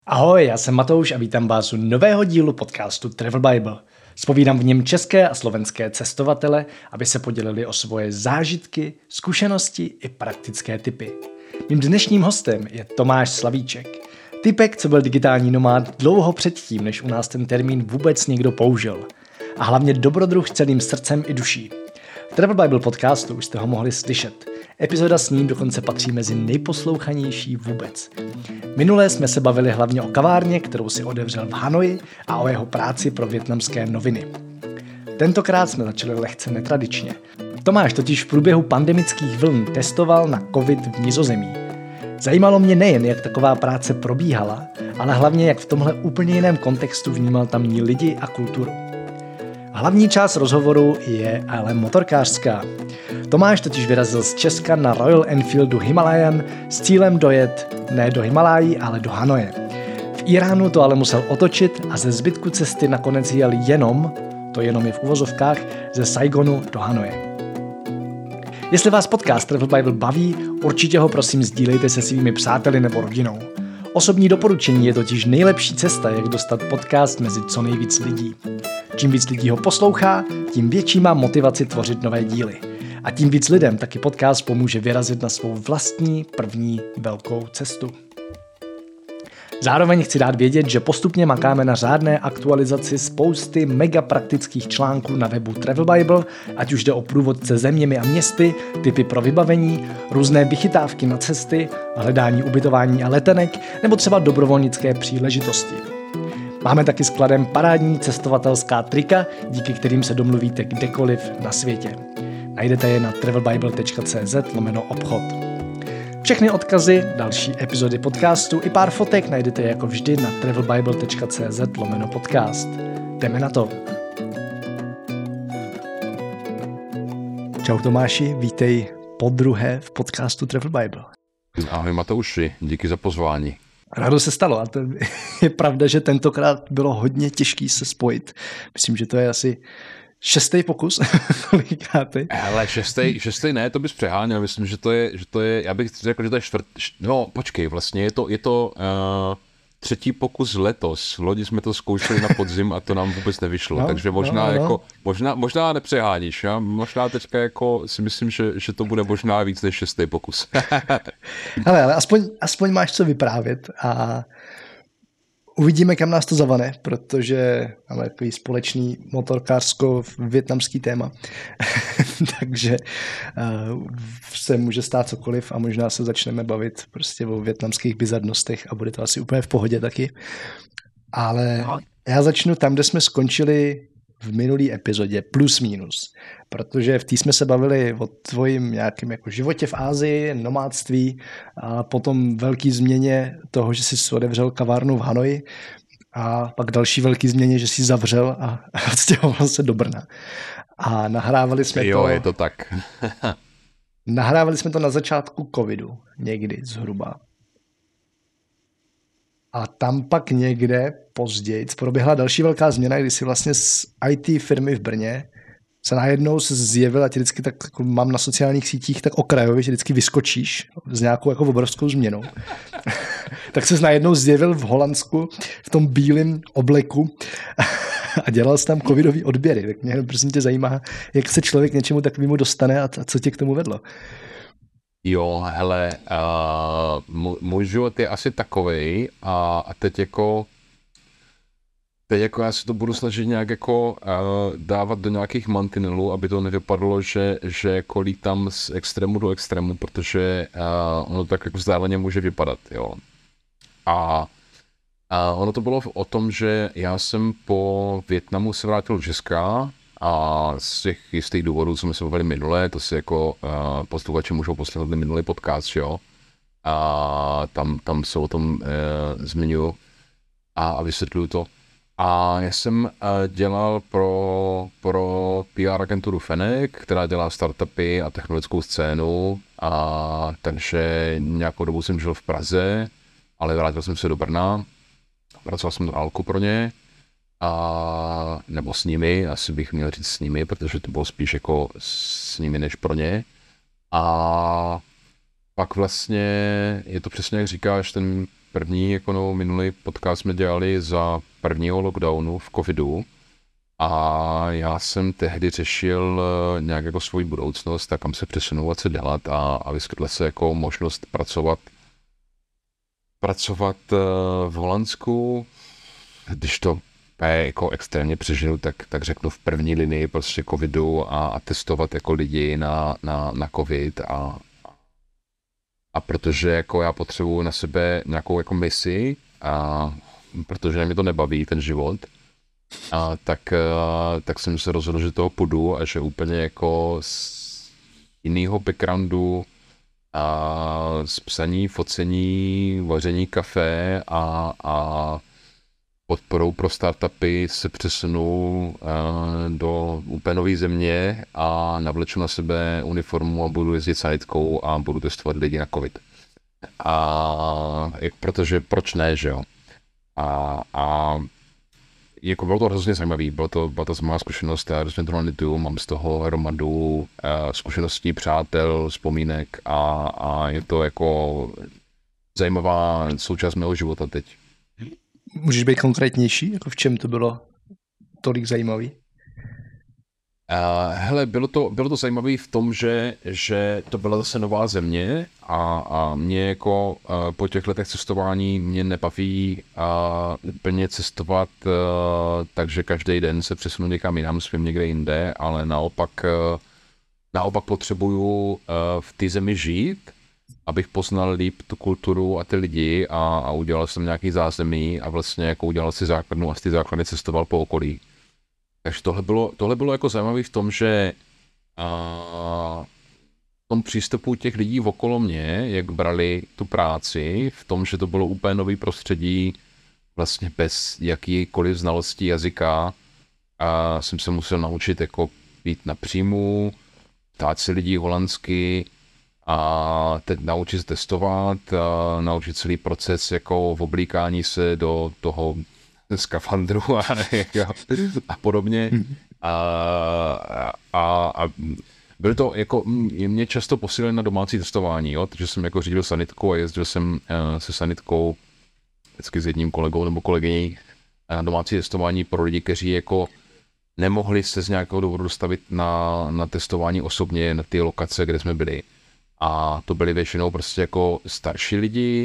Ahoj, já jsem Matouš a vítám vás u nového dílu podcastu Travel Bible. Zpovídám v něm české a slovenské cestovatele, aby se podělili o svoje zážitky, zkušenosti i praktické tipy. Mým dnešním hostem je Tomáš Slavíček. Typek, co byl digitální nomád dlouho předtím, než u nás ten termín vůbec někdo použil. A hlavně dobrodruh celým srdcem i duší. V Travel Bible podcastu už jste ho mohli slyšet. Epizoda s ním dokonce patří mezi nejposlouchanější vůbec. Minule jsme se bavili hlavně o kavárně, kterou si otevřel v Hanoji, a o jeho práci pro vietnamské noviny. Tentokrát jsme začali lehce netradičně. Tomáš totiž v průběhu pandemických vln testoval na covid v Nizozemí. Zajímalo mě nejen, jak taková práce probíhala, ale hlavně, jak v tomhle úplně jiném kontextu vnímal tamní lidi a kulturu. Hlavní část rozhovoru je ale motorkářská. Tomáš totiž vyrazil z Česka na Royal Enfieldu Himalayan s cílem dojet ne do Himalájí, ale do Hanoje. V Iránu to ale musel otočit a ze zbytku cesty nakonec jel jenom, to jenom je v uvozovkách, ze Saigonu do Hanoje. Jestli vás podcast Travel Bible baví, určitě ho prosím sdílejte se svými přáteli nebo rodinou. Osobní doporučení je totiž nejlepší cesta, jak dostat podcast mezi co nejvíc lidí. Čím víc lidí ho poslouchá, tím větší má motivaci tvořit nové díly. A tím víc lidem taky podcast pomůže vyrazit na svou vlastní první velkou cestu. Zároveň chci dát vědět, že postupně makáme na řádné aktualizaci spousty mega praktických článků na webu Travel Bible, ať už jde o průvodce zeměmi a městy, tipy pro vybavení, různé vychytávky na cesty, hledání ubytování a letenek, nebo třeba dobrovolnické příležitosti. Máme taky skladem parádní cestovatelská trika, díky kterým se domluvíte kdekoliv na světě. Najdete je na travelbible.cz/obchod. Všechny odkazy, další epizody podcastu i pár fotek najdete jako vždy na travelbible.cz/podcast. Jdeme na to. Čau Tomáši, vítej podruhé v podcastu Travel Bible. Ahoj Matouši, díky za pozvání. Rádo se stalo a to je pravda, že tentokrát bylo hodně těžký se spojit. Myslím, že to je asi 6. pokus. Hele, šestý ne, to bys přeháněl. Myslím, že to je, já bych řekl, že to je no počkej, vlastně je to 3. pokus letos. Loni jsme to zkoušeli na podzim a to nám vůbec nevyšlo, takže možná nepřeháníš. Já možná teďka jako si myslím, že to bude možná víc než 6. pokus. Ale aspoň máš co vyprávět a uvidíme, kam nás to zavane, protože máme takový společný motorkářsko-vietnamský téma. Takže se může stát cokoliv a možná se začneme bavit prostě o vietnamských bizarnostech a bude to asi úplně v pohodě taky. Ale já začnu tam, kde jsme skončili v minulý epizodě, plus minus. Protože v té jsme se bavili o tvojím nějakém jako životě v Asii, nomádství a potom velký změně toho, že jsi otevřel kavárnu v Hanoji a pak další velký změně, že jsi zavřel a odstěhoval se do Brna. A nahrávali jsme jo, je to tak. Nahrávali jsme to na začátku covidu, někdy zhruba. A tam pak někde později proběhla další velká změna, kdy si vlastně z IT firmy v Brně se najednou zjevil, a ti vždycky tak jako mám na sociálních sítích tak okrajově, že vždycky vyskočíš s nějakou jako obrovskou změnou. Tak se najednou zjevil v Holandsku v tom bílém obleku a dělal jsi tam covidový odběry. Tak mě prosím tě zajímá, jak se člověk něčemu takovému dostane a co tě k tomu vedlo. Jo, hele, můj život je asi takovej a teď jako já si to budu snažit nějak jako dávat do nějakých mantinelů, aby to nevypadalo, že jako lítám z extrému do extrému, protože ono tak jako vzdáleně může vypadat, jo. A ono to bylo o tom, že já jsem po Vietnamu se vrátil do Česka a z těch jistých důvodů jsme se bavili minule, to si jako posluchači můžou poslechnout minulý podcast, jo. A tam se o tom zmiňuji a vysvětluju to. A já jsem dělal pro PR agenturu Fennec, která dělá startupy a technologickou scénu, a takže nějakou dobu jsem žil v Praze, ale vrátil jsem se do Brna, pracoval jsem na dálku pro ně, nebo s nimi, asi bych měl říct s nimi, protože to bylo spíš jako s nimi než pro ně. A pak vlastně je to přesně jak říkáš, ten první, jako no, minulý podcast jsme dělali za prvního lockdownu v covidu a já jsem tehdy řešil nějak jako svoji budoucnost a kam se přesunout, co dělat a vyskytla se jako možnost pracovat v Holandsku, když to jako extrémně přežiju, tak řeknu v první linii prostě covidu a testovat jako lidi na covid a protože jako já potřebuji na sebe nějakou jako misi a protože mě to nebaví ten život, tak jsem se rozhodl, že toho půjdu a že úplně jako z jiného backgroundu a z psaní, focení, vaření kafe a podporou pro startupy se přesunu do úplně nové země a navleču na sebe uniformu a budu jezdit sanitkou a budu testovat lidi na covid. Protože proč ne, že jo? A jako bylo to hrozně zajímavý, byla to zajímavá zkušenost, já hrozně to nalituju, mám z toho hromadu zkušeností, přátel, vzpomínek a je to jako zajímavá součást mého života teď. Můžeš být konkrétnější? Jako v čem to bylo tolik zajímavý? Hele, bylo to zajímavé v tom, že to byla zase nová země a mě jako po těch letech cestování mě nebaví úplně cestovat, takže každý den se přesunu někam jinam, spím někde jinde, ale naopak potřebuju v té zemi žít, abych poznal líp tu kulturu a ty lidi a udělal jsem nějaký zázemí a vlastně jako udělal si základnu a z ty základny cestoval po okolí. Takže tohle bylo jako zajímavé v tom, že v tom přístupu těch lidí okolo mě, jak brali tu práci, v tom, že to bylo úplně nový prostředí, vlastně bez jakýkoliv znalostí jazyka a jsem se musel naučit jako být na příjmu, ptát si lidí holandsky a teď naučit se testovat, naučit celý proces jako v oblíkání se do toho skafandru a podobně. A bylo to jako, mě často posílili na domácí testování, jo? Takže jsem jako řídil sanitku a jezdil jsem se sanitkou vždycky s jedním kolegou nebo kolegyní na domácí testování pro lidi, kteří jako nemohli se z nějakého důvodu dostavit na testování osobně na ty lokace, kde jsme byli. A to byli většinou prostě jako starší lidi,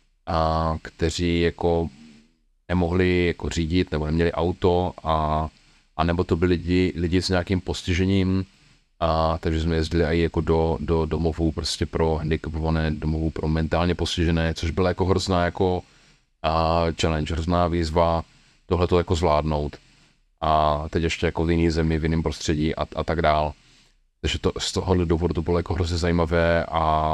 kteří jako nemohli jako řídit nebo neměli auto a nebo to byli lidi s nějakým postižením, takže jsme jezdili i jako do domovů prostě pro handicapované, domovů pro mentálně postižené, což byla jako hrozná jako challenge, hrozná výzva tohleto jako zvládnout. A teď ještě jako v jiné zemi, v jiném prostředí a tak dál. Takže z tohohle důvodu to bylo jako hrozně zajímavé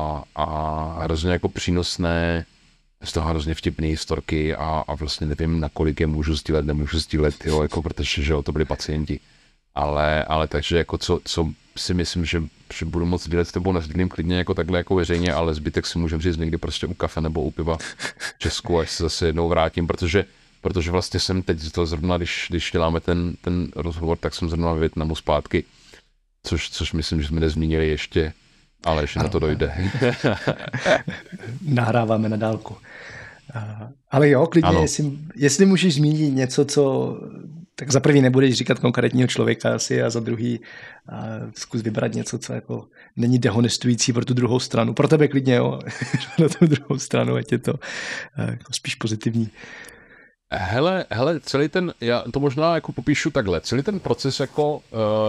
a hrozně jako přínosné, z toho hrozně vtipné historky a vlastně nevím, nakolik je můžu sdílet, nemůžu sdílet, jo, jako protože že jo, to byli pacienti. Ale takže jako co si myslím, že budu moc sdílet s tebou, nesdílím klidně jako takhle jako veřejně, ale zbytek si můžeme říct někdy prostě u kafe nebo u piva v Česku, až se zase jednou vrátím, protože vlastně jsem teď to zrovna, když děláme ten rozhovor, tak jsem zrovna ve Vietnamu zpátky, což myslím, že jsme nezmínili ještě, ale ještě na to dojde. Nahráváme na dálku. Ale jo, klidně, jestli můžeš zmínit něco, co tak za prvý nebudeš říkat konkrétního člověka asi a za druhý zkus vybrat něco, co jako není dehonestující pro tu druhou stranu. Pro tebe klidně, jo, na tu druhou stranu, ať je to jako spíš pozitivní. Hele, celý ten, já to možná jako popíšu takhle, celý ten proces jako,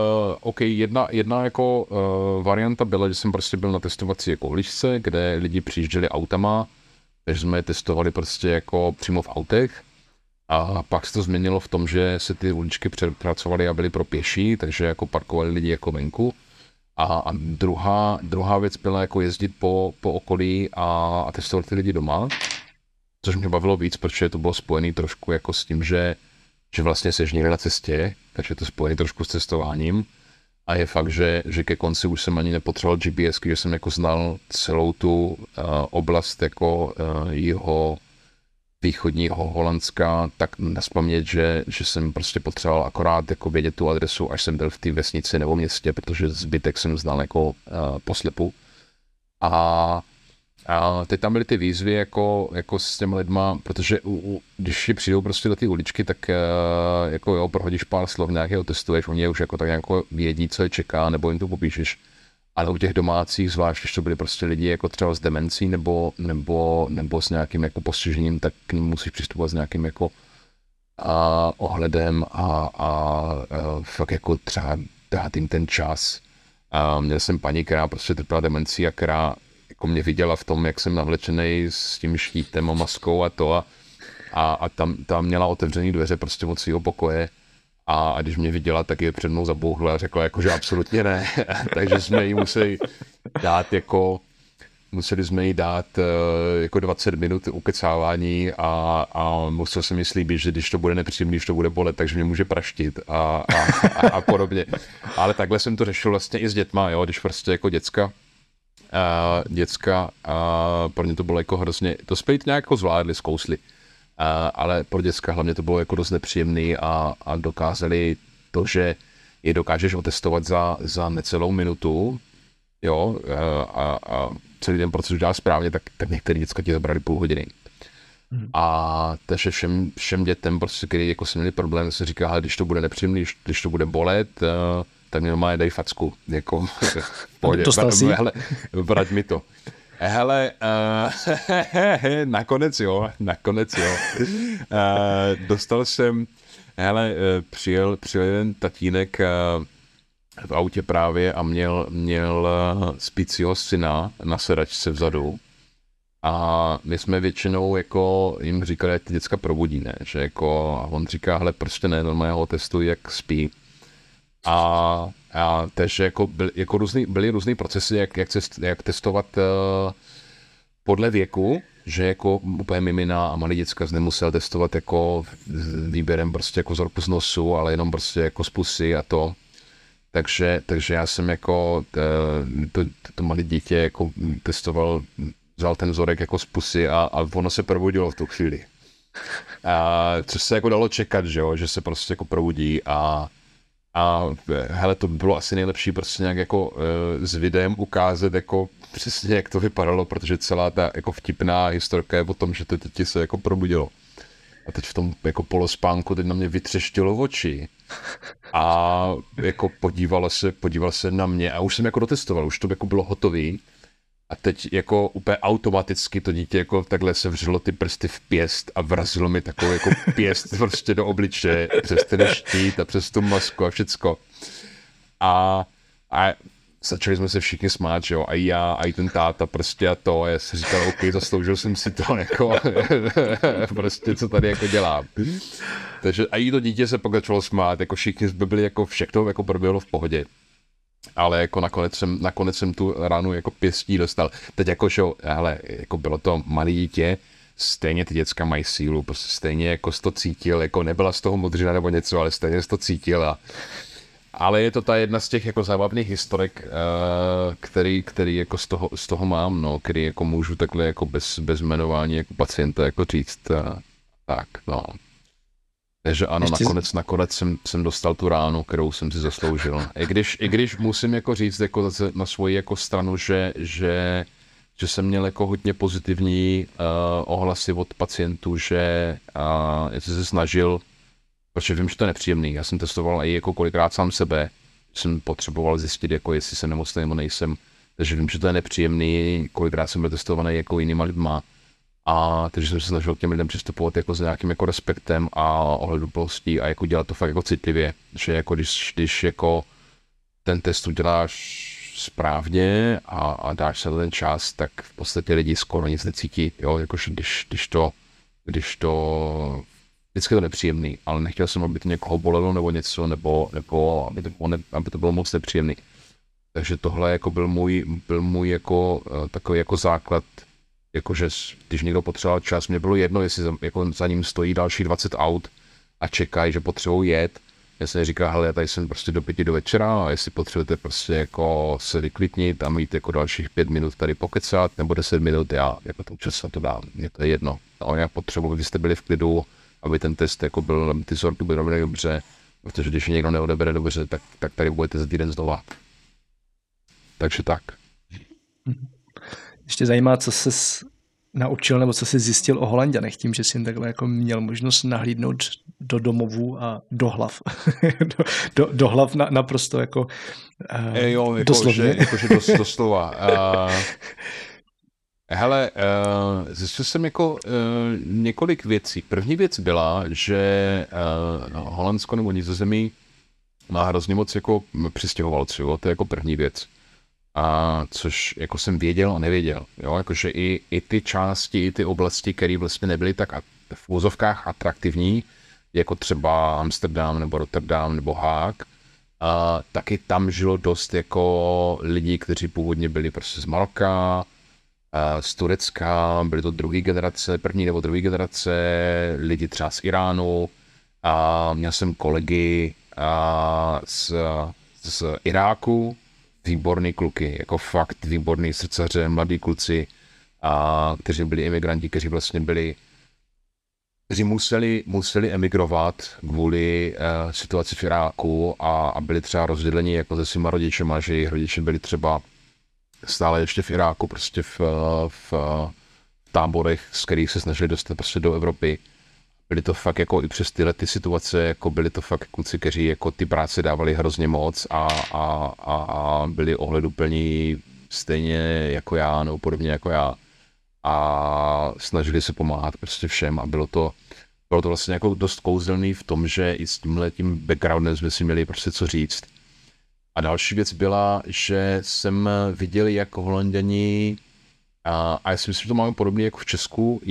jedna jako varianta byla, že jsem prostě byl na testovací jako uličce, kde lidi přijížděli autama, takže jsme je testovali prostě jako přímo v autech a pak se to změnilo v tom, že se ty uličky přepracovaly a byly pro pěší, takže jako parkovali lidi jako venku a druhá věc byla jako jezdit po okolí a testovat ty lidi doma. Což mě bavilo víc, protože to bylo spojené trošku jako s tím, že vlastně seš někde na cestě, takže to spojené trošku s cestováním. A je fakt, že ke konci už jsem ani nepotřeboval GPS, že jsem jako znal celou tu oblast jako jeho východního Holandska, tak naspamět, že jsem prostě potřeboval akorát jako vědět tu adresu, až jsem byl v té vesnici nebo městě, protože zbytek jsem znal jako poslepu. A teď tam byly ty výzvy jako s těmi lidma, protože když si přijdou prostě do té uličky, tak jako jo, prohodíš pár slov, nějakého testuješ, oni je už jako tak jako vědí, co je čeká, nebo jim to popíšeš. Ale u těch domácích, zvlášť když to byly prostě lidi jako třeba s demencí nebo s nějakým jako postižením, tak k ním musíš přistupovat s nějakým jako ohledem a fakt jako třeba dát jim ten čas. Měl jsem paní, která prostě trpěla demencí a která jako mě viděla v tom, jak jsem navlečený s tím štítem a maskou a to a tam měla otevřený dveře prostě od svého pokoje a když mě viděla, tak je před mnou zabouhla a řekla jako, že absolutně ne. Takže jsme jí museli jsme jí dát jako 20 minut ukecávání a musel jsem jí slíbit, že když to bude nepříjemný, když to bude bolet, takže mě může praštit a podobně. Ale takhle jsem to řešil vlastně i s dětma, jo, když prostě jako děcka, pro ně to bylo jako hrozně, to jsme nějak jako zvládli, zkousli, ale pro děcka hlavně to bylo jako dost nepříjemný a dokázali to, že je dokážeš otestovat za necelou minutu, jo, a celý ten proces udělá správně, tak některé děcka ti zabrali půl hodiny. A takže všem dětem, prostě, který jako si měli problém, se říká, když to bude nepříjemný, když to bude bolet, tak mě normálně dej facku, jako v pohodě, hele, vrať mi to. Hele, nakonec jo. Dostal jsem, hele, přijel jeden tatínek v autě právě a měl spícího syna na sedačce vzadu. A my jsme většinou jako jim říkali, ať ty děcka probudí, ne? Že jako, a on říká, hele, prostě ne, normálně ho testuji, jak spí. A takže jako byly různý procesy, jak testovat podle věku, že jako úplně mimina a malý děcka nemusel testovat jako výběrem prostě jako vzorku z nosu, ale jenom prostě jako z pusy a to. Takže já jsem jako to malé dítě jako testoval, vzal ten vzorek jako z pusy a ono se probudilo v tu chvíli. Což se jako dalo čekat, že se prostě jako probudí a hele, to bylo asi nejlepší prostě nějak jako s videem ukázat jako přesně jak to vypadalo, protože celá ta jako vtipná historka je o tom, že to děti se jako probudilo. A teď v tom jako polospánku teď na mě vytřeštilo oči a jako podíval se na mě a už jsem jako dotestoval, už to jako bylo hotový. A teď jako úplně automaticky to dítě jako takhle se vřelo ty prsty v pěst a vrazilo mi takový jako pěst prostě do obličeje přes ten štít a přes tu masku a všecko. A začali jsme se všichni smát, že jo, a já, a i ten táta prostě a to, a já si říkal, OK, zasloužil jsem si to, jako, prostě co tady jako dělám. Takže a i to dítě se pokračovalo smát, jako všichni jsme byli jako všechno jako proběhlo v pohodě. Ale jako nakonec jsem tu ránu jako pěstí dostal. Teď jako, že hele, jako bylo to malé dítě, stejně ty děcka mají sílu, prostě stejně jako jsi to cítil, jako nebyla z toho modřina nebo něco, ale stejně jsi to cítil. Ale je to ta jedna z těch jako zábavných historek, který jako z toho mám, no, který jako můžu takhle jako bez jmenování jako pacienta jako říct, tak, no. Takže ano, nakonec jsem dostal tu ránu, kterou jsem si zasloužil. I když musím jako říct jako na svoji jako stranu, že jsem měl jako hodně pozitivní ohlasy od pacientů, že jsem se snažil, protože vím, že to je nepříjemný. Já jsem testoval i jako kolikrát sám sebe, jsem potřeboval zjistit, jako jestli jsem nemocný nebo nejsem. Takže vím, že to je nepříjemný, kolikrát jsem byl testovaný jako jinýma lidma. A takže jsem se snažil k těm lidem přistupovat jako s nějakým jako respektem a ohleduplností a jako dělat to fakt jako citlivě, že jako když jako ten test uděláš správně a dáš se ten čas, tak v podstatě lidi skoro nic necítí, jo, jakože když to vždycky je to nepříjemný, ale nechtěl jsem, aby to někoho bolelo nebo něco, nebo aby to bylo moc nepříjemný. Takže tohle jako byl můj jako takový jako základ, jakože když někdo potřeboval čas, mě bylo jedno, jestli jako za ním stojí další 20 aut a čekají, že potřebují jet. Já jsem říkal, hele, já tady jsem prostě do 5 do večera a jestli potřebujete prostě jako se vyklidnit a mít jako dalších 5 minut tady pokecat nebo 10 minut, já jako ten čas to dám, mě to je jedno. A já potřebuji, abyste byli v klidu, aby ten test jako byl, ty sorty byly robily dobře, protože když někdo neodebere dobře, tak tady budete za týden znova. Takže tak. Ještě zajímá, co ses naučil nebo co jsi zjistil o Holanďanech tím, že jsi jim takhle jako měl možnost nahlídnout do domovů a do hlav. do hlav naprosto jako jo, doslovně. Jakože doslova. Hele, zjistil jsem jako několik věcí. První věc byla, že Holandsko nebo Nizozemí má hrozně moc jako přistěhovalců, jo? To je jako první věc. A což jako jsem věděl a nevěděl. Jo? Jakože i ty části, i ty oblasti, které vlastně nebyly tak v úzovkách atraktivní, jako třeba Amsterdam nebo Rotterdam nebo Haag, taky tam žilo dost jako lidí, kteří původně byli prostě z Maroka, z Turecka, byly to první nebo druhé generace, lidi třeba z Iránu, a měl jsem kolegy z Iráku, výborný kluky, jako fakt výborný srdcaře, mladí kluci, kteří byli imigranti, kteří museli emigrovat kvůli situaci v Iráku a byli třeba rozděleni jako se svýma rodičema, že jejich rodiče byli třeba stále ještě v Iráku, prostě v táborech, z kterých se snažili dostat prostě do Evropy. Byli to fakt jako i přes tyhle ty situace, jako byli to fakt kluci, kteří jako ty práce dávali hrozně moc a byli ohleduplní stejně jako já, nebo podobně jako já. A snažili se pomáhat prostě všem a bylo to vlastně jako dost kouzelný v tom, že i s tímhletím backgroundem jsme si měli prostě co říct. A další věc byla, že jsem viděl, jak Holanděni, a já si myslím, že to máme podobně jako v Česku,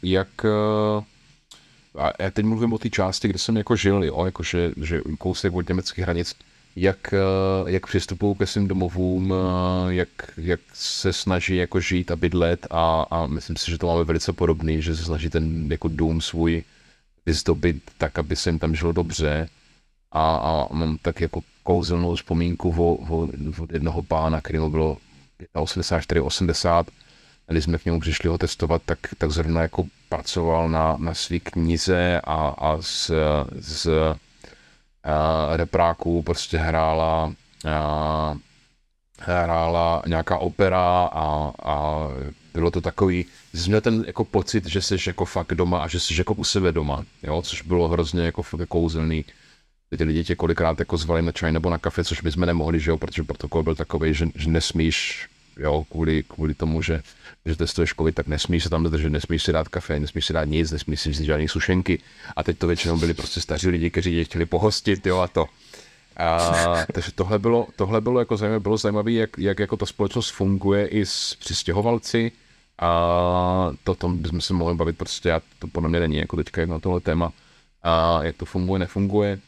a já teď mluvím o té části, kde jsem jako žil, jo, jakože, že kousek od německých hranic, jak přistupují ke svým domovům, jak se snaží jako žít a bydlet a myslím si, že to máme velice podobný, že se snaží ten jako dům svůj vyzdobit tak, aby se jim tam žilo dobře a mám tak jako kouzelnou vzpomínku od jednoho pána, který bylo 84-80, když jsme k němu přišli ho testovat, tak zrovna jako pracoval na svý knize a z repráků prostě hrála nějaká opera a bylo to takový, jsi měl ten jako pocit, že jsi jako fakt doma a že jsi jako u sebe doma, jo, což bylo hrozně jako fakt kouzelný. Ty lidi tě kolikrát jako zvali na čaj nebo na kafe, což bychom nemohli, že jo, protože protokol byl takový, že nesmíš, jo, kvůli tomu, že testuješ covid, tak nesmíš se tam držet, nesmíš si dát kafe, nesmíš si dát nic, nesmíš si vzít žádný sušenky. A teď to většinou byli prostě staří lidi, kteří tě chtěli pohostit, jo, a to. Takže tohle bylo jako zajímavé, bylo zajímavé, jak jako ta společnost funguje i s přistěhovalci. A tom bychom se mohli bavit prostě, to podle mě není jako teďka na tohle téma, jak to funguje, nefunguje.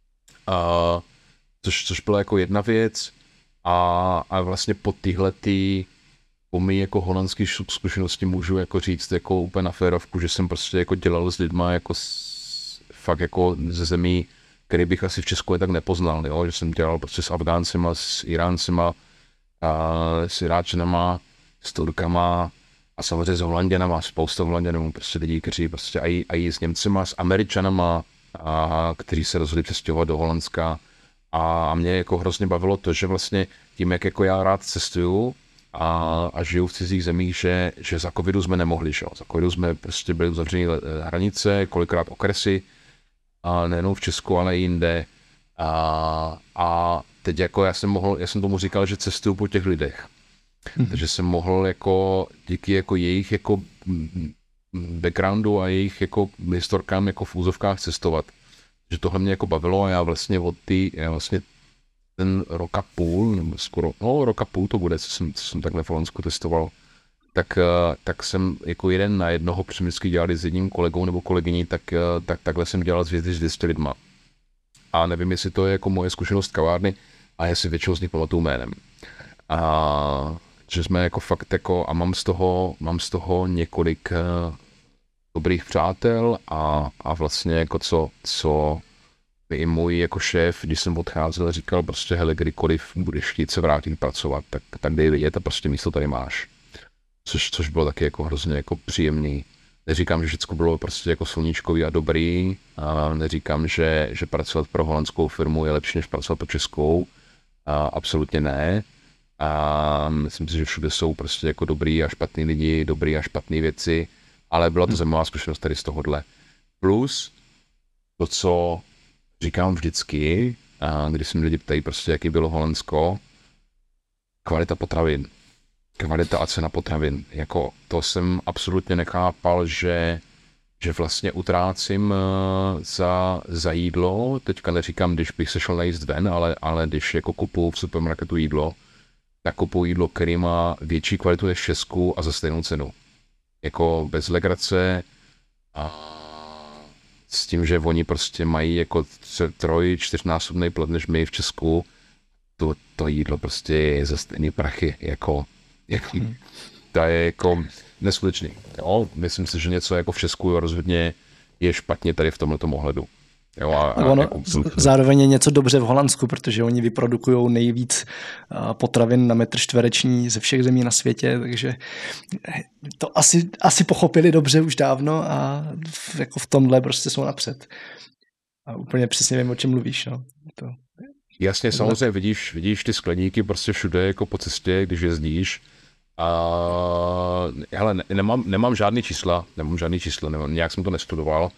Což byla jako jedna věc a vlastně po my jako holandský zkušenosti můžu jako říct jako úplně na férovku, že jsem prostě jako dělal s lidma jako fakt jako ze zemí, který bych asi v Česku tak nepoznal, jo? Že jsem dělal prostě s Afgáncema, s Iráncema, s Iráčanama, s Turkama a samozřejmě s Holanděnama, spousta Holanděnů, prostě lidí, kteří prostě i s Němcema, s Američanama, kteří se rozhodli přestěhovat do Holandska. A mě jako hrozně bavilo to, že vlastně tím, jak jako já rád cestuju a žiju v cizích zemích, že za covidu jsme nemohli, že? Za covidu jsme prostě byli uzavření hranice, kolikrát okresy, a nejenom v Česku, ale i jinde. A teď jako já jsem tomu říkal, že cestuju po těch lidech. Takže jsem mohl jako díky jako jejich jako backgroundu a jejich jako historkám jako v úzovkách cestovat. Že tohle mě jako bavilo a já vlastně ten rok a půl, nebo skoro, rok a půl to bude, co jsem takhle v Holandsku testoval, tak jsem jako jeden na jednoho přemysky dělali s jedním kolegou nebo kolegyní, takhle jsem dělal s 200 lidma. A nevím, jestli to je jako moje zkušenost kavárny, a já si většinou z nich pamatuju jménem. A že jsme jako fakt jako, a mám z toho několik dobrých přátel a vlastně jako co i můj jako šéf, když jsem odcházel, říkal prostě, hele, kdykoliv budeš chtít se vrátit pracovat, tak dej vědět a prostě místo tady máš. Což bylo taky jako hrozně jako příjemný. Neříkám, že všechno bylo prostě jako sluníčkový a dobrý, a neříkám, že pracovat pro holandskou firmu je lepší, než pracovat pro českou. Absolutně ne. A myslím si, že všude jsou prostě jako dobrý a špatný lidi, dobrý a špatné věci, ale byla to zajímavá zkušenost tady z tohohle. Plus to, co říkám vždycky, a když se mi lidi ptají prostě, jaký bylo Holandsko, kvalita potravin, kvalita a cena potravin. Jako to jsem absolutně nechápal, že vlastně utrácím za jídlo, teďka neříkám, když bych se šel najíst ven, ale když jako kupuju v supermarketu jídlo, tak kupuju jídlo, který má větší kvalitu než v Česku a za stejnou cenu. Jako bez legrace a s tím, že oni prostě mají jako 3-4násobný plat než my v Česku, to jídlo prostě je za stejný prachy, jako to je jako neskutečný. Jo? Myslím si, že něco jako v Česku rozhodně je špatně tady v tomhletom ohledu. Jo, jako, zároveň je něco dobře v Holandsku, protože oni vyprodukují nejvíc potravin na metr čtvereční ze všech zemí na světě, takže to asi pochopili dobře už dávno a jako v tomhle prostě jsou napřed. A úplně přesně vím, o čem mluvíš. No. Jasně, samozřejmě vidíš ty skleníky prostě všude jako po cestě, když jezdíš. Hele, nemám žádný čísla, nějak jsem to nestudoval,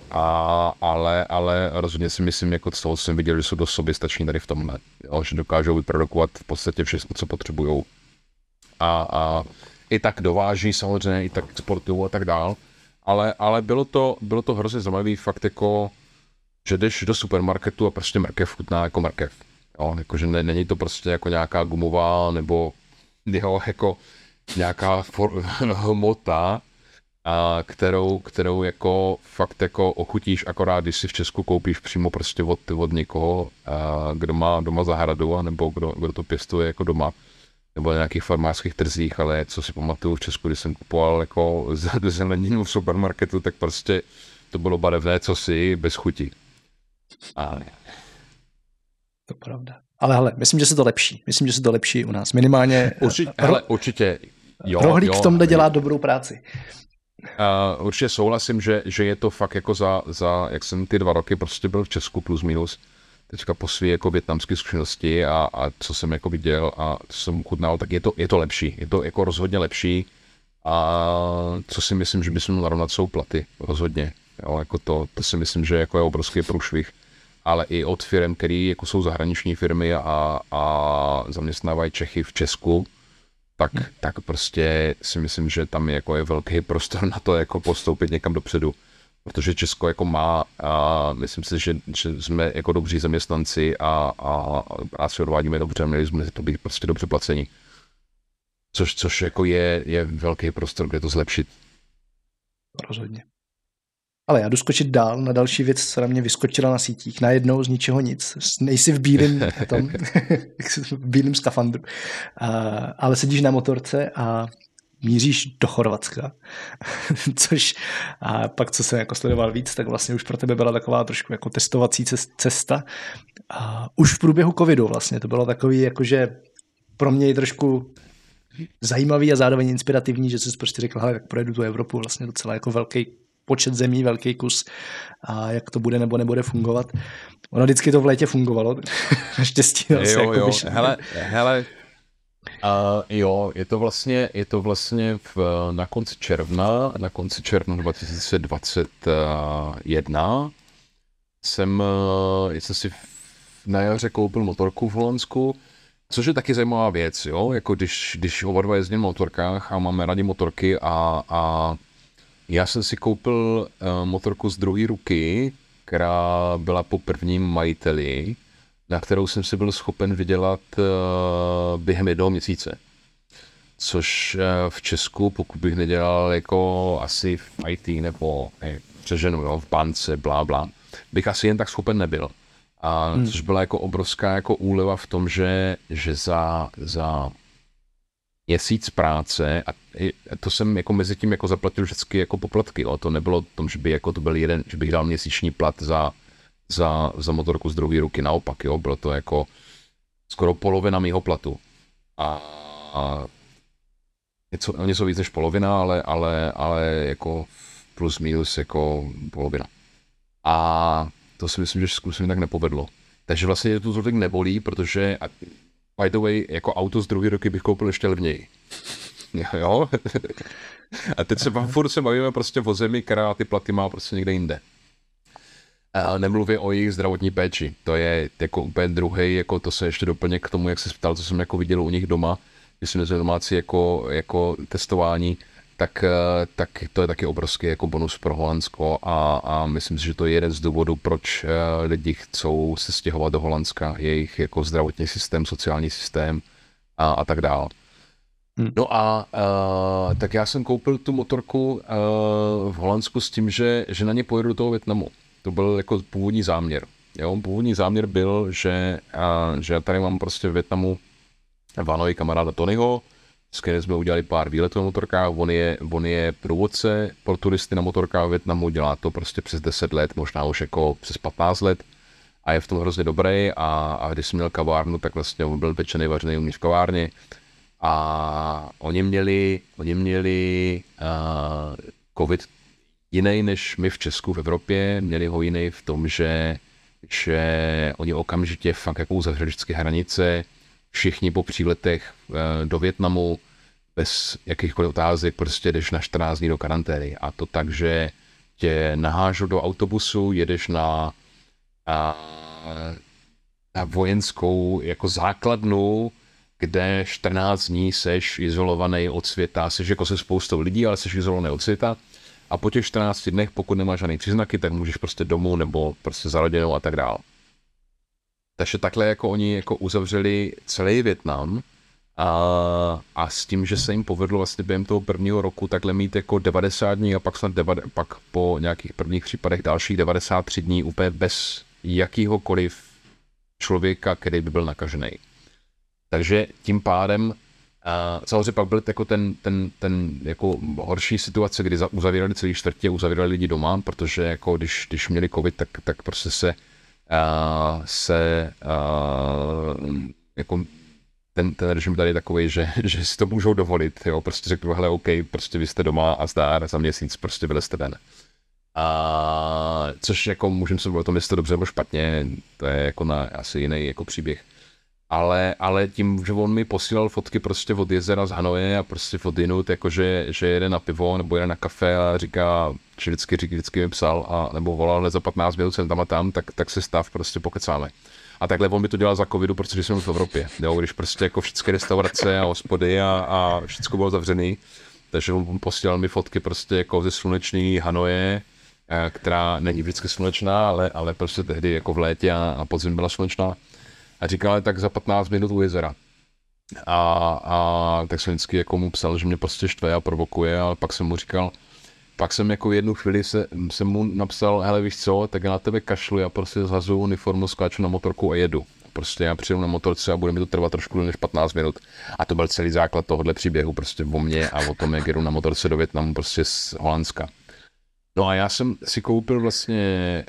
ale rozhodně si myslím, jako z toho jsem viděl, že jsou dost soběstační tady v tomhle, jo, že dokážou vyprodukovat v podstatě všechno, co potřebujou. A i tak dováží samozřejmě, i tak exportují a tak dál, ale bylo to hrozně zajímavý fakt jako, že jdeš do supermarketu a prostě mrkev chutná jako mrkev. Jo, jakože není to prostě jako nějaká gumová nebo jako nějaká hmota, kterou jako fakt jako ochutíš akorát, když si v Česku koupíš přímo prostě od někoho, kdo má doma zahradu, nebo kdo to pěstuje jako doma, nebo na nějakých farmářských trzích, ale co si pamatuju v Česku, když jsem kupoval jako zeleninu v supermarketu, tak prostě to bylo barevné cosi bez chuti. To pravda. Ale hele, myslím, že se to lepší u nás. Minimálně určitě. Jo, Rohlík v tomhle dělá dobrou práci. Určitě souhlasím, že je to fakt jako za jak jsem ty 2 roky prostě byl v Česku plus minus, teďka po svý jako vietnamské zkušenosti a co jsem jako viděl a co jsem chutnal, tak je to lepší. Je to jako rozhodně lepší a co si myslím, že bychom narovnat jsou platy. Rozhodně. Jo, jako to si myslím, že jako je obrovský průšvih. Ale i od firm, které jako jsou zahraniční firmy a zaměstnávají Čechy v Česku, tak prostě si myslím, že tam je velký prostor na to jako postoupit někam dopředu. Protože Česko jako má, myslím si, že jsme jako dobří zaměstnanci a práci odvádíme dobře, měli jsme to být prostě dobře placení. Což jako je velký prostor, kde to zlepšit. Rozhodně. Ale já jdu skočit dál na další věc, která mě vyskočila na sítích. Najednou z ničeho nic. Nejsi v bílém skafandru. Ale sedíš na motorce a míříš do Chorvatska. Což a pak, co jsem jako sledoval víc, tak vlastně už pro tebe byla taková trošku jako testovací cesta. A už v průběhu covidu vlastně. To bylo takový jakože pro mě i trošku zajímavý a zároveň inspirativní, že jsi prostě řekl, hele, tak projedu tu Evropu vlastně docela jako velký počet zemí, velký kus a jak to bude nebo nebude fungovat. Ono vždycky to v létě fungovalo. Naštěstí. Jo. Hele, jo, je to vlastně na konci června 2021 jsem si na jaře koupil motorku v Holandsku, což je taky zajímavá věc, jo, jako když oba dva jezdím na motorkách a máme rádi motorky a já jsem si koupil motorku z druhé ruky, která byla po prvním majiteli, na kterou jsem si byl schopen vydělat během 1 měsíce. Což v Česku, pokud bych nedělal jako asi v IT nebo přeženu, jo, v bance, blá, bych asi jen tak schopen nebyl. Což byla jako obrovská jako úleva v tom, že za měsíc práce a to jsem jako mezi tím jako zaplatil vždycky jako poplatky, jo. To nebylo tom, že by jako to byl že bych dal měsíční plat za motorku z druhé ruky, naopak, jo, bylo to jako skoro polovina mýho platu. A něco víc než polovina, ale jako plus minus jako polovina. A to si myslím, že se mi tak nepovedlo. Takže vlastně to tolik nebolí, protože by the way, jako auto z druhé roky bych koupil ještě levněji. Jo? A teď furt se bavíme prostě o zemi, která ty platy má prostě někde jinde. A nemluvě o jejich zdravotní péči. To je jako úplně druhý, jako to se ještě doplně k tomu, jak se ptal, co jsem jako viděl u nich doma, když jsem nezvěděl domácí jako testování, tak to je taky obrovský jako bonus pro Holandsko a myslím si, že to je jeden z důvodů, proč lidi chcou se stěhovat do Holandska, jejich jako zdravotní systém, sociální systém a tak dále. No a tak já jsem koupil tu motorku v Holandsku s tím, že na ně pojedu do toho Vietnamu. To byl jako původní záměr. Jo? Původní záměr byl, že já tady mám prostě v Vietnamu v Hanoji kamaráda Tonyho, s kterým jsme udělali pár výletů na motorkách, on je průvodce pro turisty na motorkách v Vietnamu, dělá to prostě přes 10 let, možná už jako přes 15 let a je v tom hrozně dobrý a když jsem měl kavárnu, tak vlastně on byl pečený, vařený uvnitř v kavárně a oni měli covid jiný než my v Česku, v Evropě, měli ho jiný v tom, že oni okamžitě fakt jako uzavřeli vždycky hranice, všichni po příletech do Vietnamu bez jakýchkoliv otázek prostě jdeš na 14 dní do karantény a to tak, že tě nahážou do autobusu, jedeš na vojenskou jako základnu, kde 14 dní seš izolovaný od světa, seš jako se spoustou lidí, ale seš izolovaný od světa a po těch 14 dnech, pokud nemáš žádný příznaky, tak můžeš prostě domů nebo prostě za rodinou a tak dále. Takže takhle jako oni jako uzavřeli celý Vietnam a s tím, že se jim povedlo vlastně během toho prvního roku takhle mít jako 90 dní a pak po nějakých prvních případech dalších 93 dní úplně bez jakýhokoliv člověka, který by byl nakažený. Takže tím pádem samozřejmě pak byl jako ten jako horší situace, kdy uzavírali celý čtvrtě, uzavírali lidi doma, protože jako když měli covid, tak prostě jako ten režim tady je takový, že si to můžou dovolit, jo, prostě řeknu, hele, OK, prostě vy jste doma a zdár, za měsíc prostě vylezte ven. Což jako můžeme se o tom, jestli to dobře nebo špatně, to je jako na asi jiný jako příběh. Ale tím, že on mi posílal fotky prostě od jezera z Hanoje a prostě odinut, jakože že jede na pivo nebo jede na kafe a říká, že vždycky mi psal a nebo volal za 15 minut jsem tam a tam, tak se stav prostě pokecáme. A takhle on by to dělal za covidu, protože jsem v Evropě, jo, když prostě jako všechny restaurace a hospody a všechno bylo zavřený, takže on posílal mi fotky prostě jako ze sluneční Hanoje, která není vždycky slunečná, ale prostě tehdy jako v létě a podzim byla slunečná. A říkal, tak za 15 minut u jezera. A tak jsem vždycky jako mu psal, že mě prostě štve a provokuje, ale pak jsem mu říkal, pak jsem jako jednu chvíli jsem mu napsal, hele víš co, tak já na tebe kašlu, já prostě zhazuju uniformu, skáču na motorku a jedu. Prostě já přijedu na motorce a bude mi to trvat trošku než 15 minut. A to byl celý základ tohohle příběhu prostě o mně a o tom, jak jedu na motorce do Vietnamu prostě z Holandska. No a já jsem si koupil vlastně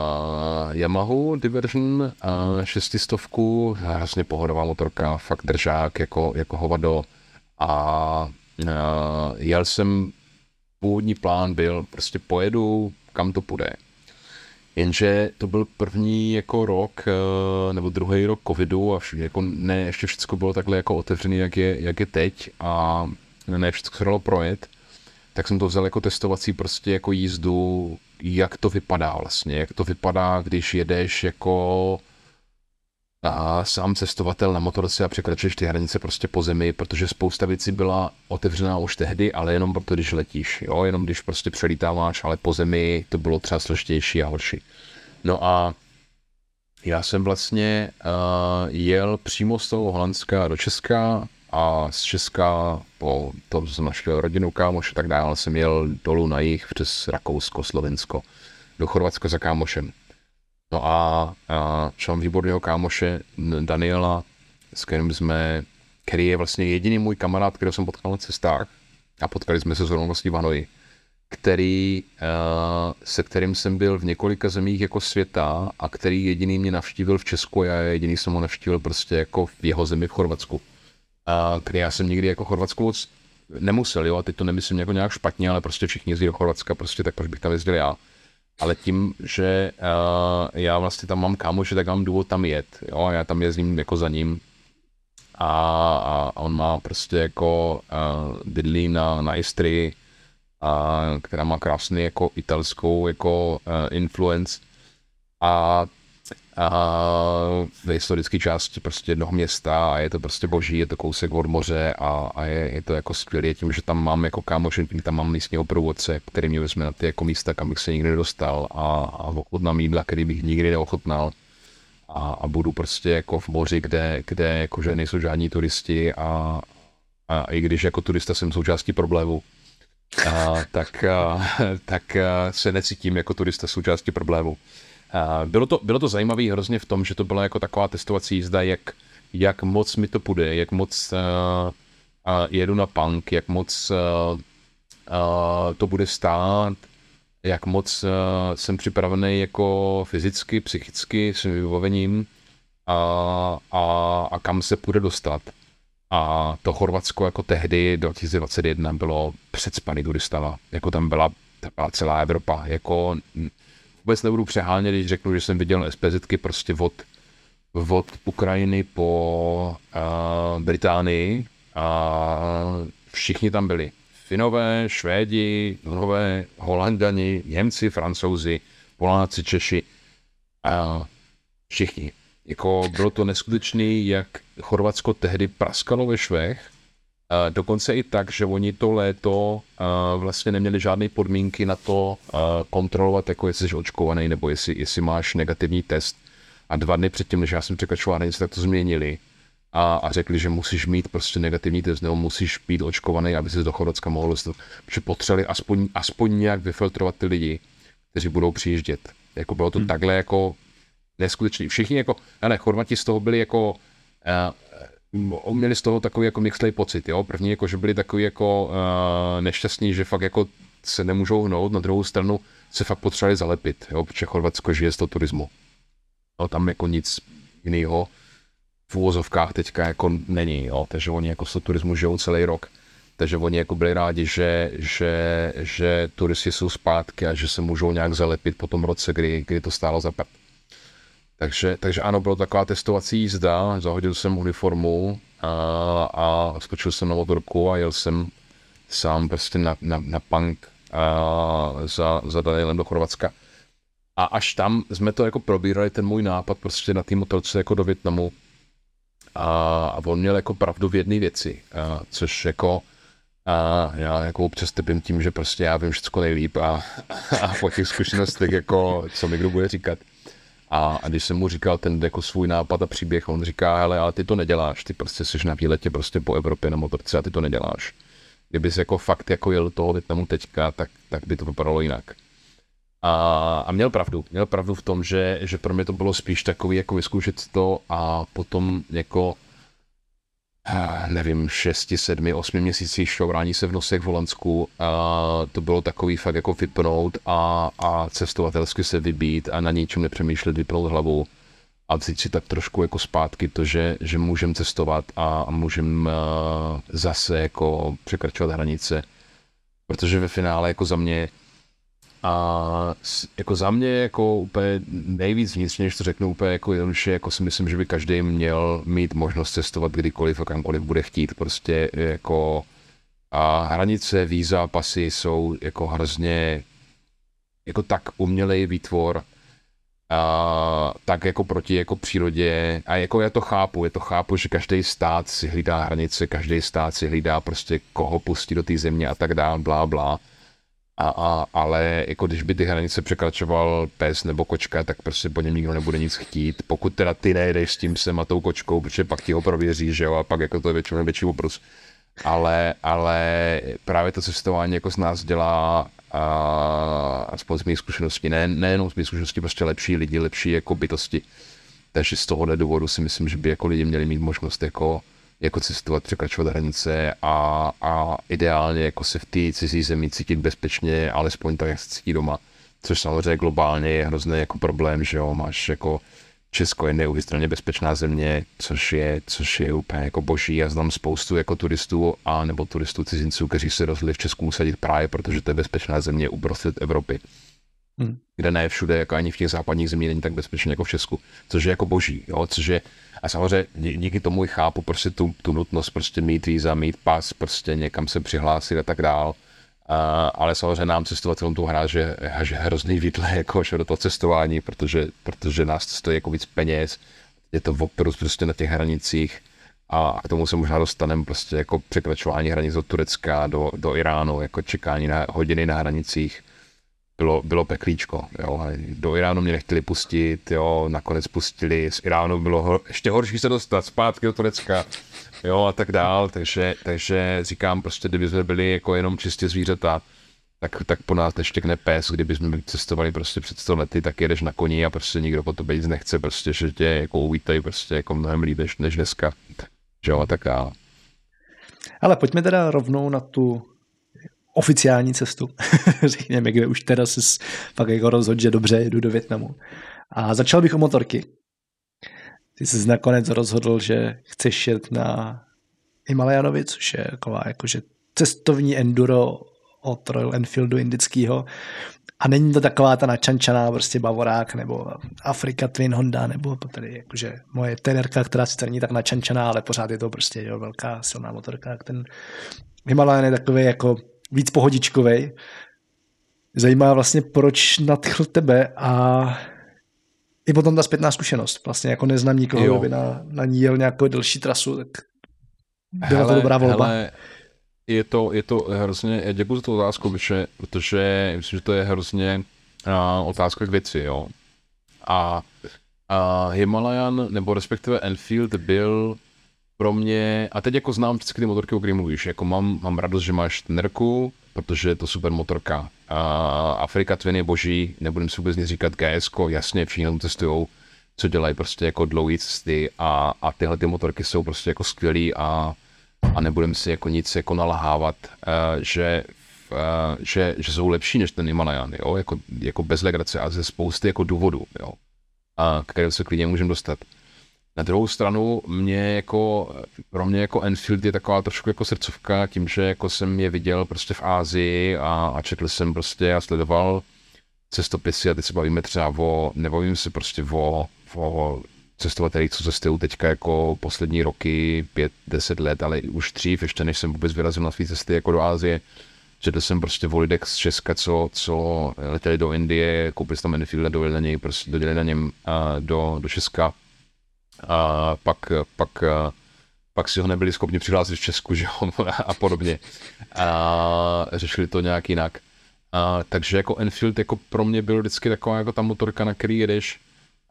Yamahu Diversion 600, vlastně pohodová motorka, fakt držák jako hovado a jel jsem, původní plán byl, prostě pojedu, kam to půjde. Jenže to byl první jako rok, nebo druhý rok covidu a jako ne, ještě všechno bylo takhle jako otevřený, jak je teď a ne všechno se dalo projet. Tak jsem to vzal jako testovací prostě jako jízdu, jak to vypadá vlastně, jak to vypadá, když jedeš jako sám cestovatel na motorce a překračuješ ty hranice prostě po zemi, protože spousta věcí byla otevřená už tehdy, ale jenom proto, když letíš, jo, jenom když prostě přelítáváš, ale po zemi to bylo třeba složitější a horší. No a já jsem vlastně jel přímo z toho Holandska do Česka, a z Česka po tom jsem našel rodinu, kámoš a tak dále, jsem jel dolů na jih přes Rakousko, Slovensko, do Chorvatska za kámošem. No a šel výborného kámoše Daniela, který je vlastně jediný můj kamarád, kterého jsem potkal na cestách a potkali jsme se zrovna vlastně v Hanoji, se kterým jsem byl v několika zemích jako světa a který jediný mě navštívil v Česku a já jediný jsem ho navštívil prostě jako v jeho zemi v Chorvatsku. Který já jsem nikdy jako Chorvatsku moc nemusel, jo, a teď to nemyslím jako nějak špatně, ale prostě všichni jezdí do Chorvatska, prostě tak proč bych tam jezdil já. Ale tím, že já vlastně tam mám kámoše, tak mám důvod tam jet, jo, a já tam jezdím jako za ním a on má prostě jako bydlí na Istrii, která má krásný jako italskou jako influence a v historické části prostě jednoho města a je to prostě boží, je to kousek od moře a je to jako skvělé tím, že tam mám jako kámoš, tam mám místního průvodce, který mě vezme na ty jako místa, kam bych se nikdy nedostal a ochutnám jídla, který bych nikdy neochutnal a budu prostě jako v moři, kde jakože nejsou žádní turisti a i když jako turista jsem součástí problému, tak se necítím jako turista součástí problému. Bylo to zajímavé hrozně v tom, že to byla jako taková testovací jízda, jak moc mi to půjde, jak moc jedu na punk, jak moc to bude stát, jak moc jsem připravený jako fyzicky, psychicky, s vybavením a kam se půjde dostat. A to Chorvatsko jako tehdy 2021 bylo předspaný turistama, jako tam byla celá Evropa, jako vůbec nebudu přehánět, když řeknu, že jsem viděl SPZky prostě od Ukrajiny po Británii a všichni tam byli. Finové, Švédi, Norové, Holandani, Němci, Francouzi, Poláci, Češi a všichni. Jako bylo to neskutečný, jak Chorvatsko tehdy praskalo ve švech, dokonce i tak, že oni to léto vlastně neměli žádné podmínky na to kontrolovat, jako jestli jsi očkovaný, nebo jestli máš negativní test. A 2 dny předtím, než já jsem překračoval hranici, tak to změnili a řekli, že musíš mít prostě negativní test, nebo musíš být očkovaný, aby si do Chorvatska mohl dostat. Protože potřebovali aspoň nějak vyfiltrovat ty lidi, kteří budou přijíždět. Jako bylo to takhle jako neskutečný. Všichni jako, Chorvati z toho byli jako měli z toho takový jako mixlej pocit, jo. První jako, že byli takový jako nešťastní, že fakt jako se nemůžou hnout, na druhou stranu se fakt potřebovali zalepit, jo, protože Chorvatsko žije z toho turismu. No, tam jako nic jiného v uvozovkách teďka jako není, jo, takže oni jako z toho turismu žijou celý rok. Takže oni jako byli rádi, že turisti jsou zpátky a že se můžou nějak zalepit po tom roce, kdy to stálo za prd. Takže ano, byla taková testovací jízda, zahodil jsem uniformu a skočil jsem na motorku a jel jsem sám prostě na punk za Danielem do Chorvatska. A až tam jsme to jako probírali, ten můj nápad prostě na té motorce jako do Vietnamu a on měl jako pravdu v jedné věci, což jako já jako občas trpím tím, že prostě já vím všechno nejlíp a po těch zkušenostech jako co mi kdo bude říkat. A když jsem mu říkal ten jako svůj nápad a příběh, on říká, hele, ale ty to neděláš, ty prostě jsi na výletě prostě po Evropě na motorce a ty to neděláš. Kdybys jako fakt jako jel toho Vietnamu teďka, tak by to vypadalo jinak. A měl pravdu v tom, že pro mě to bylo spíš takový jako vyzkoušet to a potom jako nevím, 6, 7, 8 měsící šourání se v nosech v Holandsku, to bylo takový fakt jako vypnout a cestovatelsky se vybít a na ničem nepřemýšlet, vypnout hlavu a vzít si tak trošku jako zpátky to, že můžem cestovat a můžem zase jako překračovat hranice, protože ve finále jako za mě jako úplně nejvíc vnitřně, než to řeknu úplně jako jednoduše, jako si myslím, že by každý měl mít možnost cestovat kdykoliv a kamkoliv bude chtít, prostě jako a hranice, víza, pasy jsou jako hrozně jako tak umělej výtvor tak jako proti jako přírodě a jako já to chápu, že každý stát si hlídá hranice, každý stát si hlídá prostě koho pustí do té země a tak dále, blá, blá. Ale jako když by ty hranice překračoval pes nebo kočka, tak prostě po něm nikdo nebude nic chtít. Pokud teda ty nejedeš s tím psem a tou kočkou, protože pak ti ho prověří, že jo, a pak jako to je většinou větší oprus. Ale právě to cestování jako z nás dělá aspoň z mých zkušeností, nejenom z mých zkušeností, prostě lepší lidi, lepší jako bytosti. Takže z tohohle důvodu si myslím, že by jako lidi měli mít možnost jako cestovat, překračovat hranice a ideálně jako se v té cizí zemi cítit bezpečně, alespoň tak, jak se cítí doma. Což samozřejmě globálně je hrozný jako problém, že jo, máš jako Česko je neuvěřitelně bezpečná země, což je úplně jako boží. Já znám spoustu jako turistů a nebo turistů cizinců, kteří se rozhodli v Česku usadit právě, protože to je bezpečná země uprostřed Evropy. kde ne všude, jako ani v těch západních zemích není tak bezpečně jako v Česku, což je jako boží, jo, což je, a samozřejmě díky tomu i chápu prostě tu nutnost prostě mít víza, mít pas, prostě někam se přihlásit a tak dál, ale samozřejmě nám cestovatelům to hráže hrozný výtle jako do toho cestování, protože nás to stojí jako víc peněz, je to opravdu prostě na těch hranicích a k tomu se možná dostaneme prostě jako překračování hranic od Turecka do Iránu, jako čekání na hodiny na hranicích. Bylo peklíčko, jo. Do Iránu mě nechtěli pustit, jo, nakonec pustili, z Iránu bylo ještě horší se dostat zpátky do Turecka, jo, a tak dál, takže říkám prostě, kdyby jsme byli jako jenom čistě zvířata, tak po nás neštěkne pes, kdyby jsme cestovali prostě před 100 lety, tak jedeš na koni a prostě nikdo po tobě nic nechce, prostě, že tě jako uvítají prostě jako mnohem líp než dneska, že jo, a tak dále. Ale pojďme teda rovnou na tu oficiální cestu, řekněme, kde už teda jsi fakt jako rozhodl, že dobře, jdu do Vietnamu. A začal bych u motorky. Ty jsi nakonec rozhodl, že chceš jet na Himalajanovi, což je taková jakože cestovní enduro od Royal Enfieldu indického. A není to taková ta načančaná prostě Bavorák nebo Afrika Twin Honda, nebo tady jakože moje tenerka, která sice není tak načančaná, ale pořád je to prostě jo, velká silná motorka. Ten Himalajan je takový jako víc pohodičkovej. Zajímá vlastně, proč nadchl tebe a i potom ta zpětná zkušenost. Vlastně jako neznám nikoho, kdo by na ní jel nějakou delší trasu, tak byla to dobrá volba. Hele, je to hrozně, já děkuji za tu otázku, protože myslím, že to je hrozně otázka k věci, jo. A Himalayan, nebo respektive Enfield byl pro mě, a teď jako znám vždycky ty motorky, o kterých mluvíš, jako mám radost, že máš Tenerku, protože je to super motorka. Afrika Twin je boží, nebudem si vůbec nic říkat GS-ko, jasně, všichni tam testujou, co dělají prostě jako dlouhé cesty a tyhle ty motorky jsou prostě jako skvělý a nebudem si jako nic jako nalahávat, že jsou lepší než ten Himalayan, jo, jako bez legrace a ze spousty jako důvodů, jo, které se klidně můžeme dostat. Na druhou stranu pro mě jako Enfield je taková trošku jako srdcovka tím, že jako jsem je viděl prostě v Ázii a četl jsem prostě a sledoval cestopisy a teď se bavíme třeba nebavím se prostě o cestovatelích, co cestují teďka jako poslední roky, 5-10 let, ale už dřív, ještě než jsem vůbec vyrazil na své cesty jako do Ázie. Četl jsem prostě o lidech z Česka, co letěli do Indie, koupili si tam Enfield a dojeli na něm do Česka. A pak si ho nebyli schopni přihlásit v Česku, že jo, a podobně. A řešili to nějak jinak. Takže jako Enfield jako pro mě byl vždycky taková jako ta motorka, na který jedeš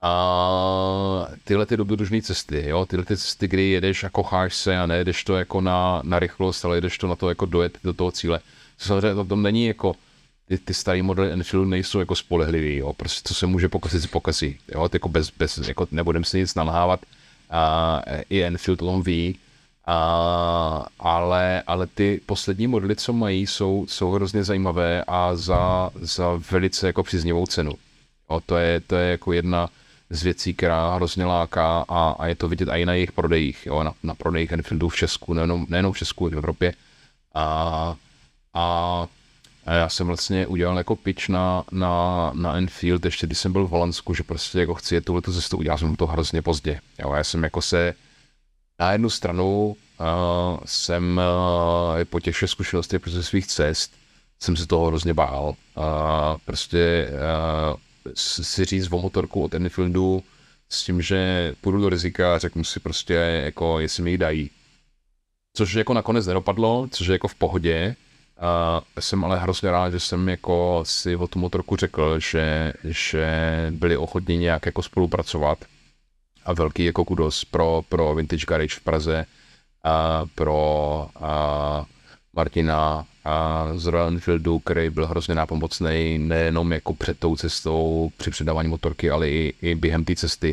a tyhle ty dobrodružné cesty, jo, tyhle ty cesty, kdy jedeš a kocháš se a nejedeš to jako na rychlost, ale jedeš to na to jako dojet do toho cíle. Samozřejmě to není jako ty starý modely Enfieldu nejsou jako spolehlivý, jo, prostě co se může pokazit, se pokazí, jo, jako bez jako nebudem si nic nalhávat, i Enfield o tom ví, ale ty poslední modely, co mají, jsou hrozně zajímavé a za velice jako příznivou cenu. Jo, to je jako jedna z věcí, která hrozně láká a je to vidět i na jejich prodejích, jo, na prodejích Enfieldů v Česku, nejenom v Česku, v Evropě. A já jsem vlastně udělal jako pitch na Enfield, ještě když jsem byl v Holandsku, že prostě jako chci jet tuhletu cestu, udělal jsem to hrozně pozdě. Jo, já jsem jako se na jednu stranu jsem po těch 6 zkušenostech prostě svých cest jsem se toho hrozně bál. Prostě si říct o motorku od Enfieldu s tím, že půjdu do rizika a řeknu si prostě jako jestli mi ji dají. Což jako nakonec nedopadlo, což je jako v pohodě. Jsem ale hrozně rád, že jsem jako si o tu motorku řekl, že byli ochotní nějak jako spolupracovat a velký jako kudos pro Vintage Garage v Praze, pro Martina z Royal Enfieldu, který byl hrozně nápomocný nejenom jako před tou cestou při předávání motorky, ale i během té cesty.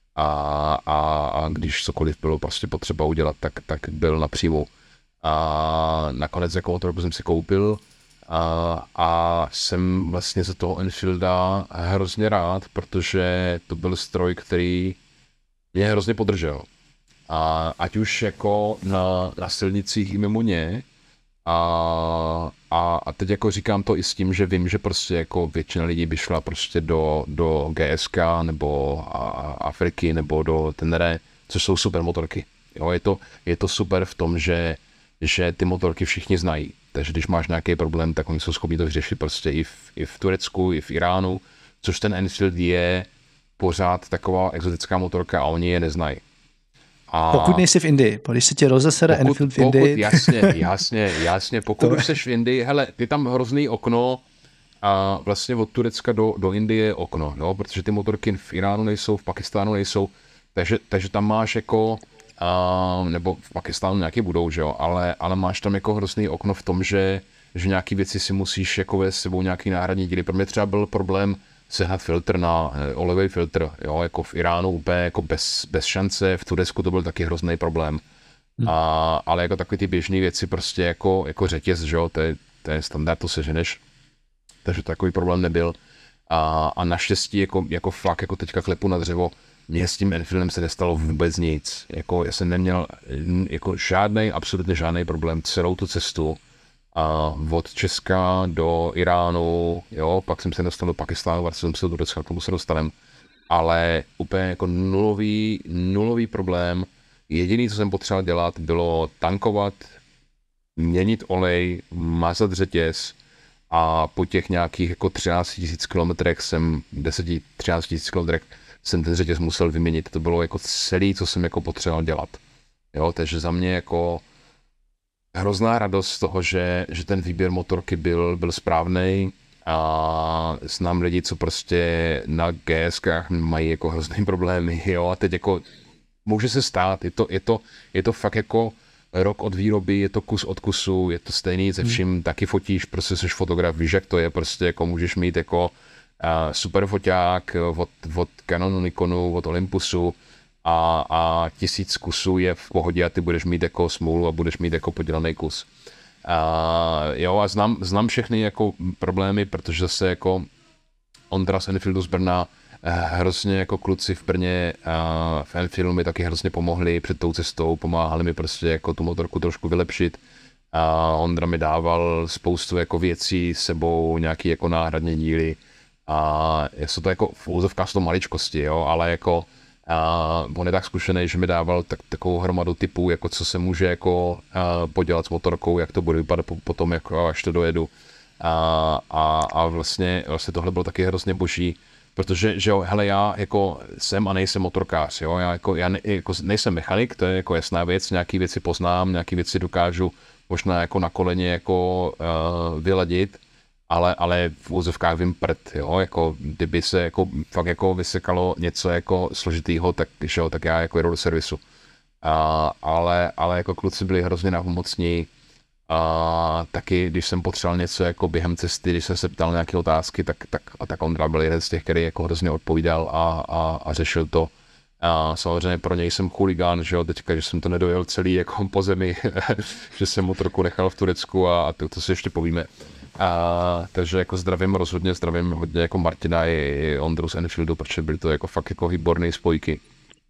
A když cokoliv bylo prostě potřeba udělat, tak byl napřímo. A nakonec jako motorku jsem si koupil a jsem vlastně za toho Enfielda hrozně rád, protože to byl stroj, který mě hrozně podržel. A ať už jako na silnicích i mimo ně, A teď jako říkám to i s tím, že vím, že prostě jako většina lidí by šla prostě do GSK nebo Afriky nebo do Tenere, což jsou super motorky. Jo, je to super v tom, že ty motorky všichni znají. Takže když máš nějaký problém, tak oni jsou schopni to vyřešit prostě i v Turecku, i v Iránu, což ten Enfield je pořád taková exotická motorka a oni je neznají. Pokud nejsi v Indii, když se tě rozesere Enfield v Indii. Jasně, pokud už seš v Indii, hele, ty tam hrozný okno a vlastně od Turecka do Indie je okno, jo, protože ty motorky v Iránu nejsou, v Pakistánu nejsou, takže tam máš jako, nebo v Pakistánu nějaký budou, že jo, ale máš tam jako hrozný okno v tom, že nějaký věci si musíš jako vést s sebou nějaký náhradní díly. Pro mě třeba byl problém sehnat filtr na olejový filtr, jo, jako v Iránu úplně jako bez šance, v Turecku to byl taky hrozný problém. Ale jako takový ty běžné věci prostě jako řetěz, že jo, to je standard, to seženeš, takže takový problém nebyl. A naštěstí jako fakt, jako teďka klepu na dřevo, mně s tím Enfieldem se nestalo vůbec nic. Jako já jsem neměl jako absolutně žádný problém celou tu cestu. Od Česka do Iránu, jo, pak jsem se dostal do Pakistánu, vracel jsem se do Turecka, k tomu se dostanem, ale úplně jako nulový problém. Jediný, co jsem potřeboval dělat, bylo tankovat, měnit olej, mazat řetěz a po těch nějakých jako 13 000 kilometrech 13 000 kilometrech jsem ten řetěz musel vyměnit. To bylo jako celý, co jsem jako potřeboval dělat. Jo, takže za mě jako hrozná radost z toho, že ten výběr motorky byl správnej a znám lidi, co prostě na GSkách mají jako hrozný problémy, jo, a teď jako může se stát, je to fakt jako rok od výroby, je to kus od kusu, je to stejný se vším, taky fotíš, prostě jsi fotograf, víš, jak to je, prostě jako můžeš mít jako super foťák od Canonu, Nikonu, od Olympusu a 1000 kusů je v pohodě a ty budeš mít jako smůlu a budeš mít jako podělaný kus. Jo, a znám všechny jako problémy, protože zase jako Ondra z Enfieldu z Brna, hrozně jako kluci v Brně v Enfieldu mi taky hrozně pomohli před tou cestou, pomáhali mi prostě jako tu motorku trošku vylepšit. Ondra mi dával spoustu jako věcí s sebou, nějaký jako náhradní díly a jsou to jako v úzovkách to maličkosti, jo, ale jako on je tak zkušený, že mi dával takovou hromadu typů, jako co se může jako podělat s motorkou, jak to bude vypadat potom, jako až to dojedu. A vlastně tohle bylo taky hrozně boží, protože, že jo, hele, já jako jsem a nejsem motorkář, jo, já jako nejsem mechanik, to je jako jasná věc, nějaký věci poznám, nějaký věci dokážu možná jako na koleně jako vyladit, ale v úzovkách vím prd, jo, jako kdyby se jako fakt jako vysekalo něco jako složitýho, tak, že jo, tak já jako jedu do servisu. Ale jako kluci byli hrozně nápomocní. Taky, když jsem potřeboval něco jako během cesty, když jsem se ptal nějaké otázky, tak Ondra byl jeden z těch, který jako hrozně odpovídal a řešil to. Samozřejmě pro něj jsem chuligán, že jo, teďka, že jsem to nedojel celý jako po zemi, že jsem motorku nechal v Turecku a to si ještě povíme. Takže jako zdravím hodně jako Martina i Ondru z Enfieldu, protože byly to jako fakt jako výborné spojky.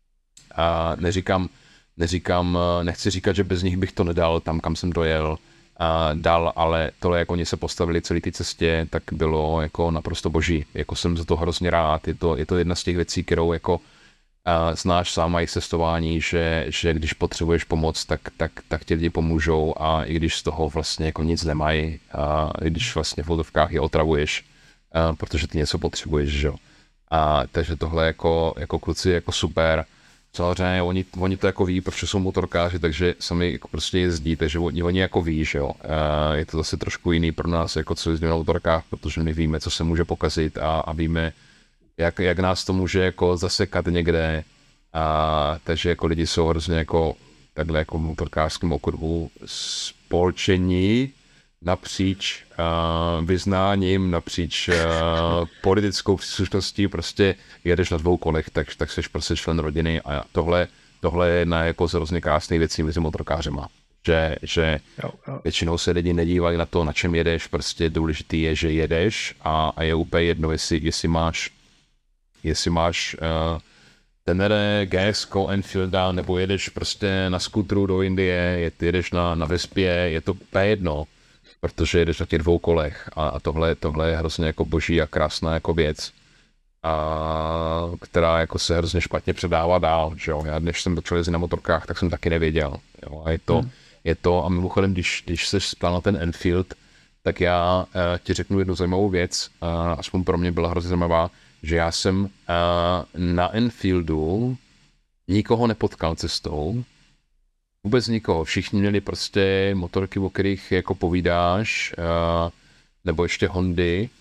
Nechci říkat, že bez nich bych to nedal tam, kam jsem dojel, ale tohle, jak oni se postavili celý ty cestě, tak bylo jako naprosto boží. Jako jsem za to hrozně rád, je to jedna z těch věcí, kterou jako znáš sám i cestování, že když potřebuješ pomoc, tak ti lidi pomůžou a i když z toho vlastně jako nic nemají, i když vlastně v fotovkách je otravuješ, protože ty něco potřebuješ, že jo. Takže tohle jako kluci jako super. Samozřejmě oni to jako ví, protože jsou motorkáři, takže sami jako prostě jezdí, takže oni jako ví, že jo. Je to zase trošku jiný pro nás, jako co jezdíme na motorkách, protože my víme, co se může pokazit a víme, jak nás to může jako zasekat někde. Takže jako lidi jsou hrozně jako takhle jako v motorkářském okruhu spolčení napříč vyznáním, napříč politickou příslušností, prostě jedeš na 2 kolech, tak seš prostě člen rodiny a tohle je jedna jako z hrozně krásných věcí mezi motorkářema. Že většinou se lidi nedívají na to, na čem jedeš, prostě důležitý je, že jedeš a je úplně jedno, jestli máš Tenere, GS-ko, Enfielda, nebo jedeš prostě na skutru do Indie, jedeš na Vespě, je to P1, protože jedeš na těch 2 kolech a tohle je hrozně jako boží a krásná jako věc, a která jako se hrozně špatně předává dál, že jo. Já než jsem začal jezdit na motorkách, tak jsem taky nevěděl, jo. A je to a mimochodem, když se ptal na ten Enfield, tak já ti řeknu jednu zajímavou věc, aspoň pro mě byla hrozně zajímavá, že já jsem na Enfieldu nikoho nepotkal cestou, vůbec nikoho, všichni měli prostě motorky, o kterých jako povídáš, nebo ještě Hondy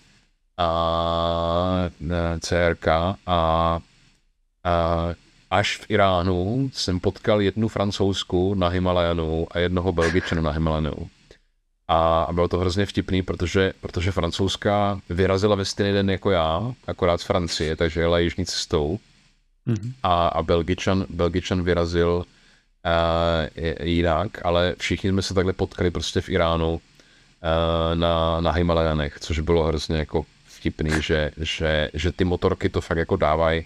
a CRK a až v Iránu jsem potkal jednu francouzsku na Himalajanu a jednoho Belgičana na Himalajanu. A bylo to hrozně vtipný, protože francouzská vyrazila ve stejný den jako já, akorát z Francie, takže jela jižní cestou. Mm-hmm. A Belgičan vyrazil jinak, ale všichni jsme se takhle potkali prostě v Iránu na Himalajanech, což bylo hrozně jako vtipný, že ty motorky to fakt jako dávají.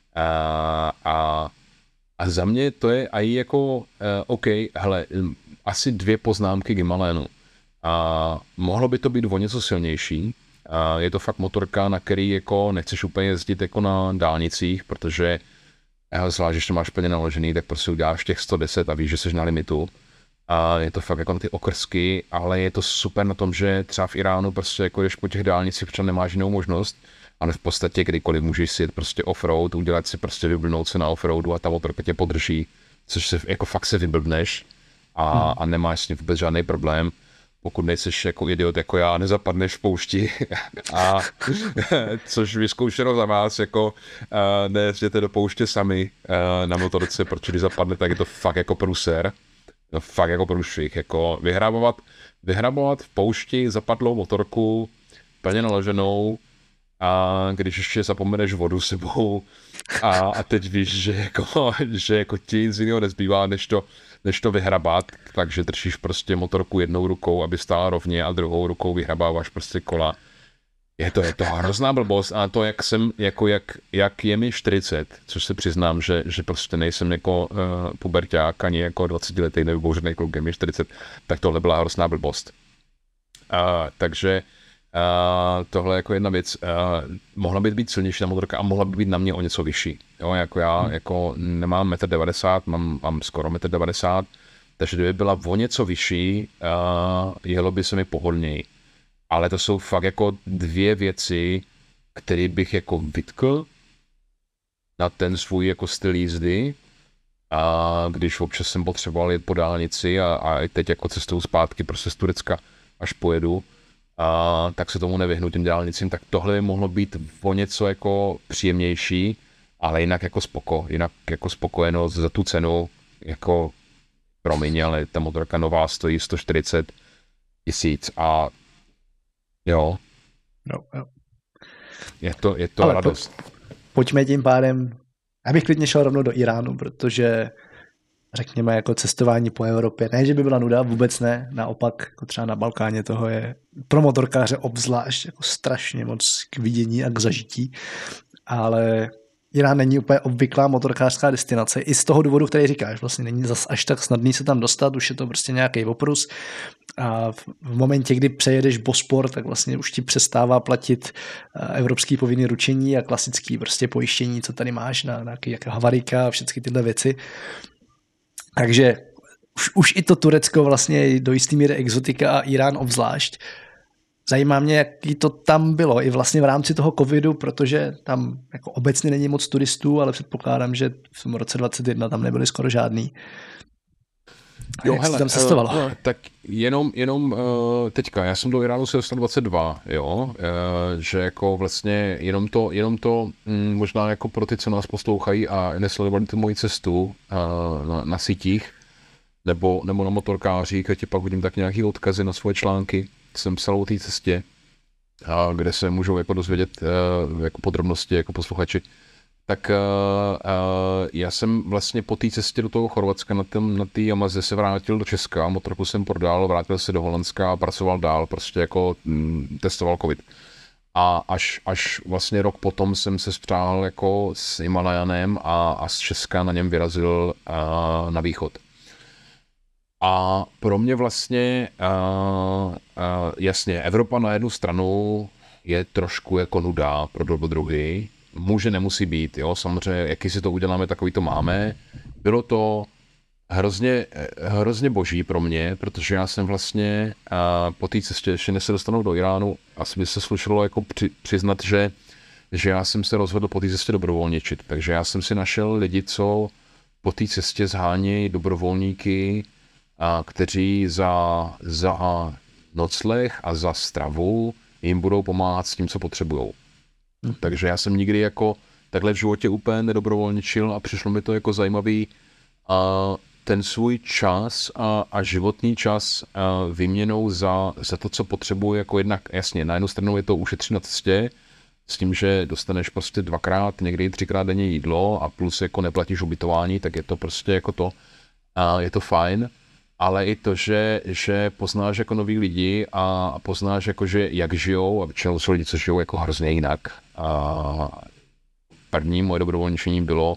A za mě to je i jako OK, hele, asi 2 poznámky k Himalajanu. A mohlo by to být o něco silnější. Je to fakt motorka, na který jako nechceš úplně jezdit jako na dálnicích, protože zvlášť, když to máš plně naložený, tak prostě uděláš těch 110 a víš, že jsi na limitu. A je to fakt jako na ty okrsky, ale je to super na tom, že třeba v Iránu prostě jako jdeš po těch dálnicích, protože nemáš jinou možnost, ale v podstatě kdykoliv můžeš si jet prostě offroad, udělat si prostě vyblbnout se na offroadu a ta motorka tě podrží, což se jako fakt se vyblbneš a nemáš s tím vůbec žádný problém. Pokud nejseš jako idiot jako já, nezapadneš v poušti a což vyzkoušeno za vás, jako nejezděte do pouště sami na motorce, protože když zapadne, tak je to fakt jako průser. No fakt jako průšvih, jako vyhrabovat v poušti zapadlou motorku, plně naloženou a když ještě zapomeneš vodu sebou a teď víš, že jako ti nic jiného nezbývá, než to vyhrabat, takže držíš prostě motorku jednou rukou, aby stála rovně a druhou rukou vyhrabáváš prostě kola. Je to hrozná blbost a to jak je mi 40, což se přiznám, že prostě nejsem jako puberťák ani jako 20letý nevybouřený kluk, je mi 40, tak tohle byla hrozná blbost. Takže tohle jako jedna věc, mohla by být silnější ta motorka a mohla by být na mě o něco vyšší. Jo, jako já jako nemám 1,90 m, mám skoro 1,90 m, takže kdyby byla o něco vyšší, jelo by se mi pohodlněji. Ale to jsou fakt jako 2 věci, které bych jako vytkl na ten svůj jako styl jízdy. A když občas jsem potřeboval jet po dálnici a teď jako cestou zpátky prostě z Turecka až pojedu, tak se tomu nevyhnu těm dálnicím, tak tohle by mohlo být o něco jako příjemnější, ale jinak jako spokojenost za tu cenu, jako promiň, ale ta motorka nová stojí 140 000 a jo. No. Je to ale radost. Pojďme tím pádem, já bych klidně šel rovnou do Iránu, protože řekněme jako cestování po Evropě, ne, že by byla nuda, vůbec ne, naopak jako třeba na Balkáně toho je pro motorkáře obzvlášť jako strašně moc k vidění a k zažití, ale Irán není úplně obvyklá motorkářská destinace, i z toho důvodu, který říkáš, vlastně není zas až tak snadný se tam dostat, už je to prostě nějaký oprus a v momentě, kdy přejedeš Bospor, tak vlastně už ti přestává platit evropský povinný ručení a klasický prostě pojištění, co tady máš na nějaký jako havarika a všechny tyhle věci. Takže už i to Turecko vlastně do jistý míry exotika a Irán obzvlášť. Zajímá mě, jaký to tam bylo i vlastně v rámci toho covidu, protože tam jako obecně není moc turistů, ale předpokládám, že v tom roce 2021 tam nebyli skoro žádný. Jo, jak hele, tam cestovalo? Tak jenom teďka, já jsem do Iránu se dostal 22, jo, že jako vlastně jenom to možná jako pro ty, co nás poslouchají a nesledovali tu moji cestu na sítích, nebo na motorkářích, a ti pak hodím tak nějaký odkazy na svoje články, jsem psal o té cestě, kde se můžou jako dozvědět jako podrobnosti jako posluchači. Tak já jsem vlastně po té cestě do toho Chorvatska na té Yamaze se vrátil do Česka, motorku jsem prodal, vrátil se do Holandska a pracoval dál, prostě jako testoval covid. A až vlastně rok potom jsem se spřáhl jako s Himalajanem a z Česka na něm vyrazil na východ. A pro mě vlastně, jasně, Evropa na jednu stranu je trošku jako nuda pro dobrodruhy. Může, nemusí být, jo, samozřejmě, jaký si to uděláme, takový to máme. Bylo to hrozně boží pro mě, protože já jsem vlastně po té cestě, ještě než se dostanu do Iránu, asi by se slušelo jako přiznat, že já jsem se rozhodl po té cestě dobrovolničit. Takže já jsem si našel lidi, co po té cestě zhánějí dobrovolníky, kteří za nocleh a za stravu jim budou pomáhat s tím, co potřebujou. Takže já jsem nikdy jako takhle v životě úplně nedobrovolničil a přišlo mi to jako zajímavý ten svůj čas a životní čas vyměnou za to, co potřebuji, jako jednak, jasně, na jednu stranu je to ušetřit na cestě, s tím, že dostaneš prostě 2x, někdy 3x denně jídlo a plus jako neplatíš ubytování, tak je to prostě jako to, je to fajn, ale i to, že poznáš jako nový lidi a poznáš jako, že jak žijou, a většinou jsou lidi, co žijou jako hrozně jinak. První moje dobrovolničení bylo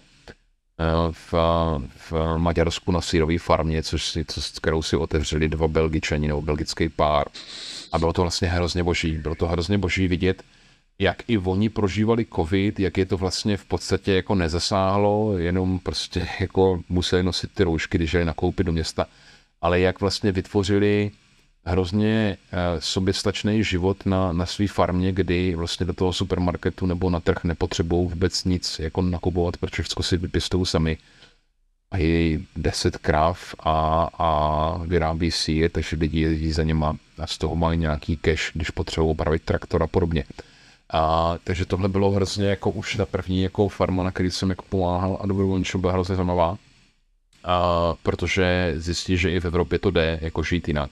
v Maďarsku na sýrové farmě, kterou si otevřeli 2 Belgičani nebo belgický pár. A bylo to vlastně hrozně boží. Bylo to hrozně boží vidět, jak i oni prožívali covid, jak je to vlastně v podstatě jako nezasáhlo, jenom prostě jako museli nosit ty roušky, když jeli nakoupit do města, ale jak vlastně vytvořili hrozně soběstačný život na své farmě, kdy vlastně do toho supermarketu nebo na trh nepotřebují vůbec nic jako nakupovat, protože všechno si vypěstují sami. A je 10 kráv a vyrábí sír, takže lidi jezdí za něma a z toho mají nějaký cash, když potřebují opravit traktor a podobně. Takže tohle bylo hrozně jako už ta první jako farma, na který jsem jako pomáhal a dobrovolničil, byla hrozně zajímavá. Protože zjistí, že i v Evropě to jde jako žít jinak.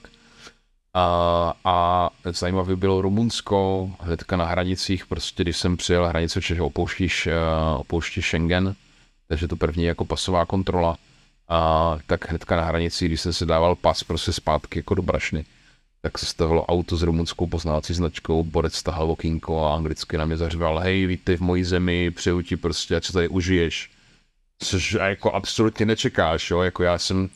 A zajímavé bylo Rumunsko, hnedka na hranicích, prostě když jsem přijel hranice, že opouštíš Schengen, takže to první jako pasová kontrola, tak hnedka na hranicích, když jsem si dával pas prostě zpátky jako do brašny, tak se stavilo auto s rumunskou poznávací značkou, borec stahal okýnko a anglicky na mě zařval: hej, vítej v mojí zemi, přeju ti prostě, ať se tady užiješ. Což jako absolutně nečekáš, jo, jako já jsem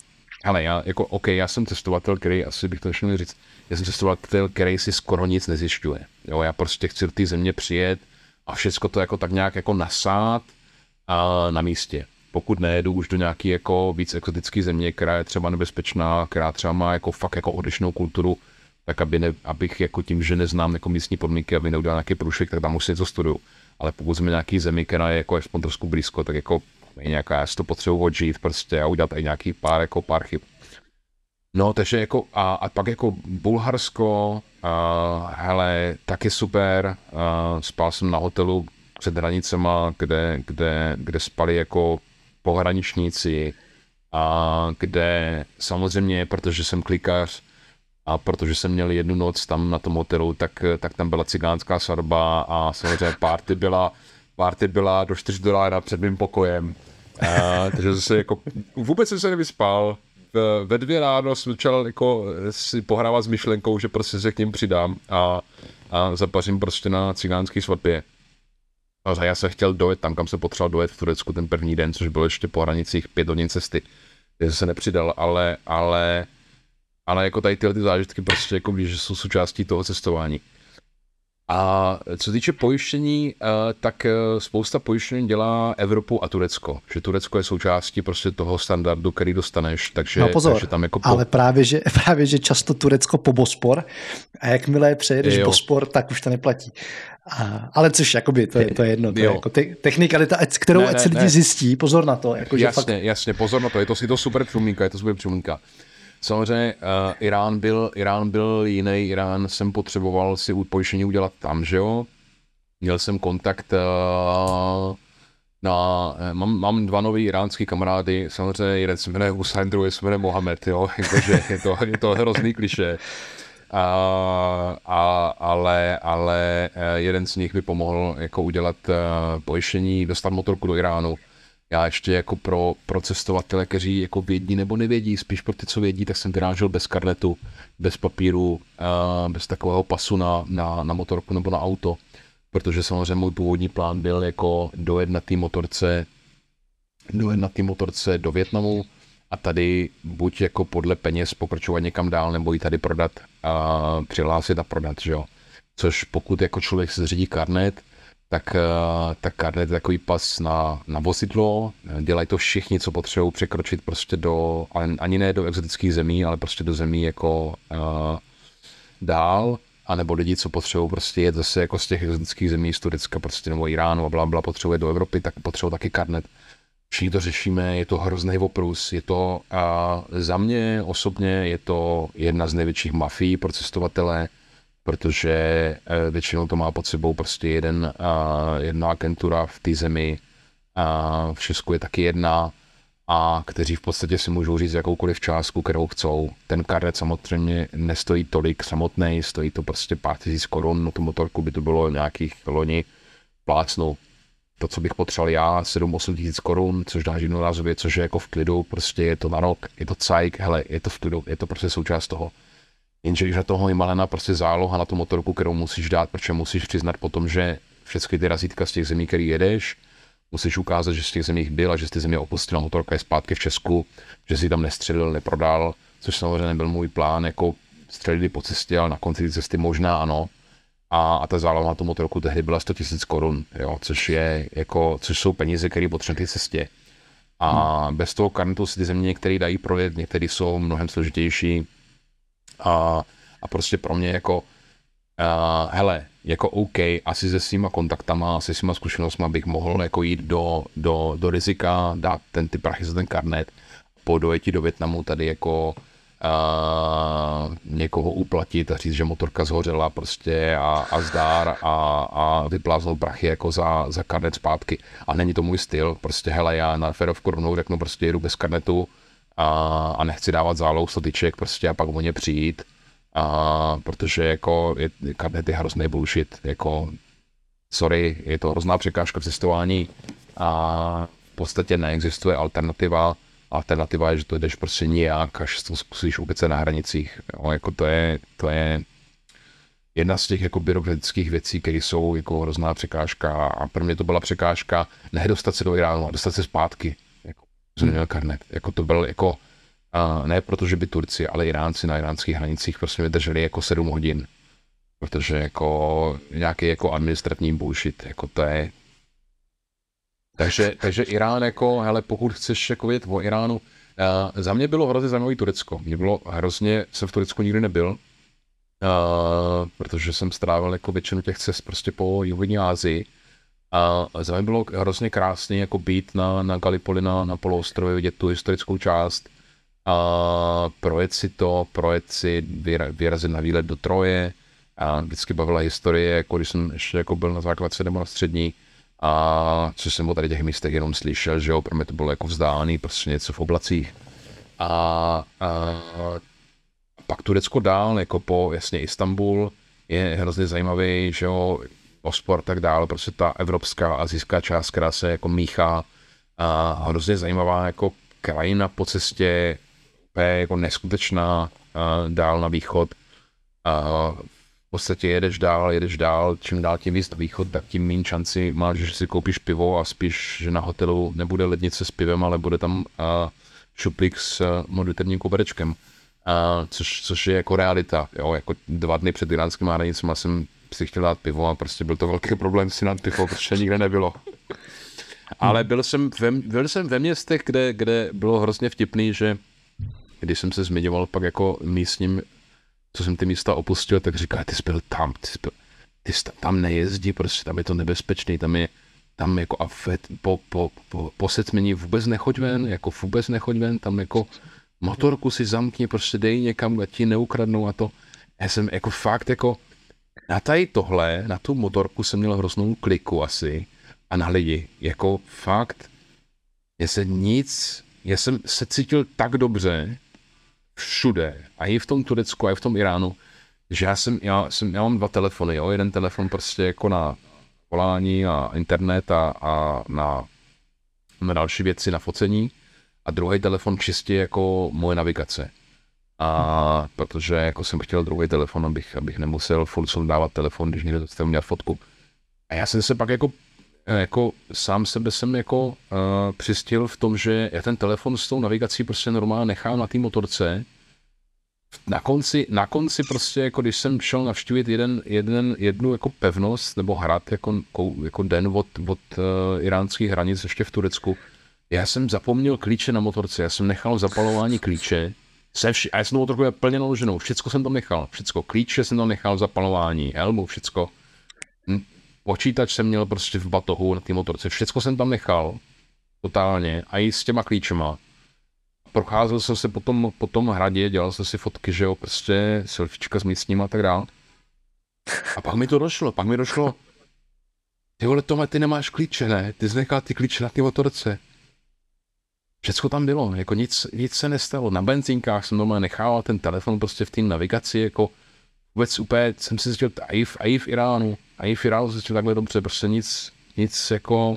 cestovatel, který, asi bych to nešel říct, já jsem cestovatel, který si skoro nic nezjišťuje, jo, já prostě chci do té země přijet a všechno to jako tak nějak jako nasát a na místě. Pokud nejedu už do nějaký jako víc exotické země, která je třeba nebezpečná, která třeba má jako fakt jako odlišnou kulturu, tak abych jako tím, že neznám jako místní podmínky, aby neudělal nějaký průšvih, tak tam musím něco studuju. Ale pokud jsme nějaký zemi, která je jako aspoň trošku blízko, tak jako nějaká, já si to potřebuji odžít prostě a udělat i nějaký pár chyb. No, takže jako a pak jako Bulharsko, hele, taky super, spal jsem na hotelu před hranicema, kde spali jako pohraničníci a kde samozřejmě, protože jsem klikař a protože jsem měl jednu noc tam na tom hotelu, tak tam byla cigánská svatba a samozřejmě party byla do $4 před mým pokojem. Takže zase jako vůbec jsem se nevyspal. Ve 2 ráno jsem začal jako si pohrávat s myšlenkou, že prostě se k ním přidám a zapařím prostě na cigánský svatbě. A já jsem chtěl dojet tam, kam jsem potřeboval dojet v Turecku ten první den, což bylo ještě po hranicích 5 hodin cesty. Takže jsem se nepřidal, ale jako tady tyhle ty zážitky prostě jako víš, že jsou součástí toho cestování. A co týče pojištění, tak spousta pojištění dělá Evropu a Turecko. Že Turecko je součástí prostě toho standardu, který dostaneš, takže, no pozor, takže tam jako... Ale právě, že často Turecko po Bospor a jakmile přejedeš Bospor, tak už to neplatí. Ale což, jakoby, to je jedno, to je jako technikalita, kterou ať se lidi zjistí, pozor na to. Jako, jasně, pozor na to, je to super připomínka, Samozřejmě Irán byl jiný, Irán jsem potřeboval si pojištění udělat tam, že jo. Měl jsem kontakt mám 2 nový iránský kamarády, samozřejmě jeden se jmenuje Hussein, druhý se jmenuje Mohamed, jo, jakože je to hrozný klišé. Ale jeden z nich by pomohl jako udělat pojištění, dostat motorku do Iránu. Já ještě jako pro cestovatele, kteří jako vědí nebo nevědí, spíš pro ty, co vědí, tak jsem vyrážel bez karnetu, bez papíru, bez takového pasu na motorku nebo na auto, protože samozřejmě můj původní plán byl jako dojet na té motorce do Vietnamu a tady buď jako podle peněz pokračovat někam dál, nebo ji tady prodat a přihlásit a prodat, že jo. Což pokud jako člověk se zřídí karnet, tak karnet je takový pas na vozidlo, dělají to všichni, co potřebují překročit prostě ani ne do exotických zemí, ale prostě do zemí jako dál, anebo lidi, co potřebují prostě jet zase jako z těch exotických zemí, z Turecka prostě nebo Iránu a blabla, potřebuje do Evropy, tak potřebují taky karnet. Všichni to řešíme, je to hrozný oprus, je to za mě osobně je to jedna z největších mafií pro cestovatele, protože většinou to má pod sebou prostě jedna agentura v té zemi, v Česku je taky jedna, a kteří v podstatě si můžou říct jakoukoliv částku, kterou chcou. Ten karnet samozřejmě nestojí tolik samotný, stojí to prostě pár tisíc korun, no tu motorku by to bylo nějakých loni plácnu. To, co bych potřeboval já, 7-8 tisíc korun, což dáš jednorázově, což je jako v klidu, prostě je to na rok, je to cajk, hele, je to v klidu, je to prostě součást toho. Jenže když na toho je malena prostě záloha na tu motorku, kterou musíš dát, protože musíš přiznat potom, že všechny ty razítka z těch zemí, který jedeš, musíš ukázat, že z těch zemích byl a že z těch zemí opustila motorka je zpátky v Česku, že si tam nestřelil, neprodal, což samozřejmě nebyl můj plán, jako střelili po cestě, ale na konci cesty možná ano. A ta záloha na tu motorku tehdy byla 100 000 korun, jo, což jsou peníze, které potřebují ty cestě. A bez toho karnetu si ty země některé dají projet, některé jsou mnohem složitější. A prostě pro mě jako hele, jako OK, asi se svýma kontaktama, asi svýma zkušenostma bych mohl jako jít do rizika, dát ty prachy za ten karnet, po dojetí do Vietnamu tady jako někoho uplatit a říct, že motorka zhořela prostě a zdár a vypláznout prachy jako za karnet zpátky. A není to můj styl, prostě hele, já na ferovku rovnou řeknu, prostě jedu bez karnetu a nechci dávat zálohu 100 tyček prostě a pak o ně přijít. Protože jako karnet je hrozný bullshit, jako sorry, je to hrozná překážka v cestování a v podstatě neexistuje alternativa. Alternativa je, že to jdeš prostě nijak, až to zkusíš ukecat na hranicích. Jo, jako to je jedna z těch jako byrokratických věcí, které jsou jako hrozná překážka a pro mě to byla překážka ne dostat se do Iránu a dostat se zpátky. Jako, jsem neměl karnet. Jako to byl jako ne proto, že by Turci, ale Iránci na iránských hranicích prostě vydrželi jako 7 hodin. Protože jako nějaký jako administrativní bullshit, jako to je. Takže Irán jako, hele, pokud chceš jako vědět o Iránu, za mě bylo hrozně zajímavý Turecko. Jsem v Turecku nikdy nebyl, protože jsem strávil jako většinu těch cest prostě po jihovýchodní Asii. A za mě bylo hrozně krásný jako být na Gallipoli, na poloostrově, vidět tu historickou část, projet si vyrazit na výlet do Troje. A vždycky bavila historie, jako když jsem ještě jako byl na základce nebo na střední, a co jsem o tady těch místech jenom slyšel, že jo, pro mě to bylo jako vzdálený, prostě něco v oblacích. A pak Turecko dál, jako po jasně Istanbul, je hrozně zajímavý, že jo, o sport tak dále, prostě ta evropská, asijská část, která se jako míchá, a hrozně zajímavá jako krajina po cestě, jako neskutečná, dál na východ. V podstatě jedeš dál, čím dál tím víc na východ, tak tím méně šanci máš, že si koupíš pivo a spíš, že na hotelu nebude lednice s pivem, ale bude tam šuplík s modlitevním koberečkem. Což je jako realita, jo, jako 2 dny před iránskými hranicemi jsem si chtěl dát pivo a prostě byl to velký problém si dát pivo, protože nikde nebylo. Ale byl jsem ve městech, kde bylo hrozně vtipný, že když jsem se zmiňoval pak jako místním, co jsem ty místa opustil, tak říkal, ty jsi byl tam nejezdí, prostě tam je to nebezpečný, tam jako a po setmění vůbec nechoď ven, tam jako motorku si zamkni, prostě dej někam, ať ti neukradnou a to. Já jsem jako fakt jako na tady tohle, na tu motorku jsem měl hroznou kliku asi a na lidi, jako fakt, já jsem se cítil tak dobře všude, a i v tom Turecku, a i v tom Iránu, že já mám 2 telefony, jo, jeden telefon prostě jako na volání a internet a na na další věci, na focení a druhý telefon čistě jako moje navigace. A protože jako jsem chtěl druhý telefon, abych nemusel furt dávat telefon, když někde chcete udělat fotku. A já jsem se pak jako sám sebe jsem jako přistil v tom, že já ten telefon s tou navigací prostě normálně nechám na té motorce. Na konci prostě, jako když jsem šel navštívit jednu jako pevnost nebo hrad jako den od iránských hranic ještě v Turecku, já jsem zapomněl klíče na motorce, já jsem nechal zapalování klíče, a já jsem to motorku plně naloženou, všecko jsem tam nechal, klíče jsem tam nechal, zapalování, helmu, všecko. Počítač jsem měl prostě v batohu na té motorce, všecko jsem tam nechal, totálně, a i s těma klíčema. Procházel jsem se po tom hradě, dělal jsem si fotky, že jo, prostě selfiečka s místním a tak dále. A pak mi došlo, ty vole Tome, ty nemáš klíče, ne? Ty jsi nechal ty klíče na té motorce. Všecko tam bylo, jako nic se nestalo. Na benzínkách jsem doma nechával ten telefon prostě v té navigaci, jako vůbec úplně jsem si zjistil, a i v Iránu se zjistil takhle dobře, prostě nic jako...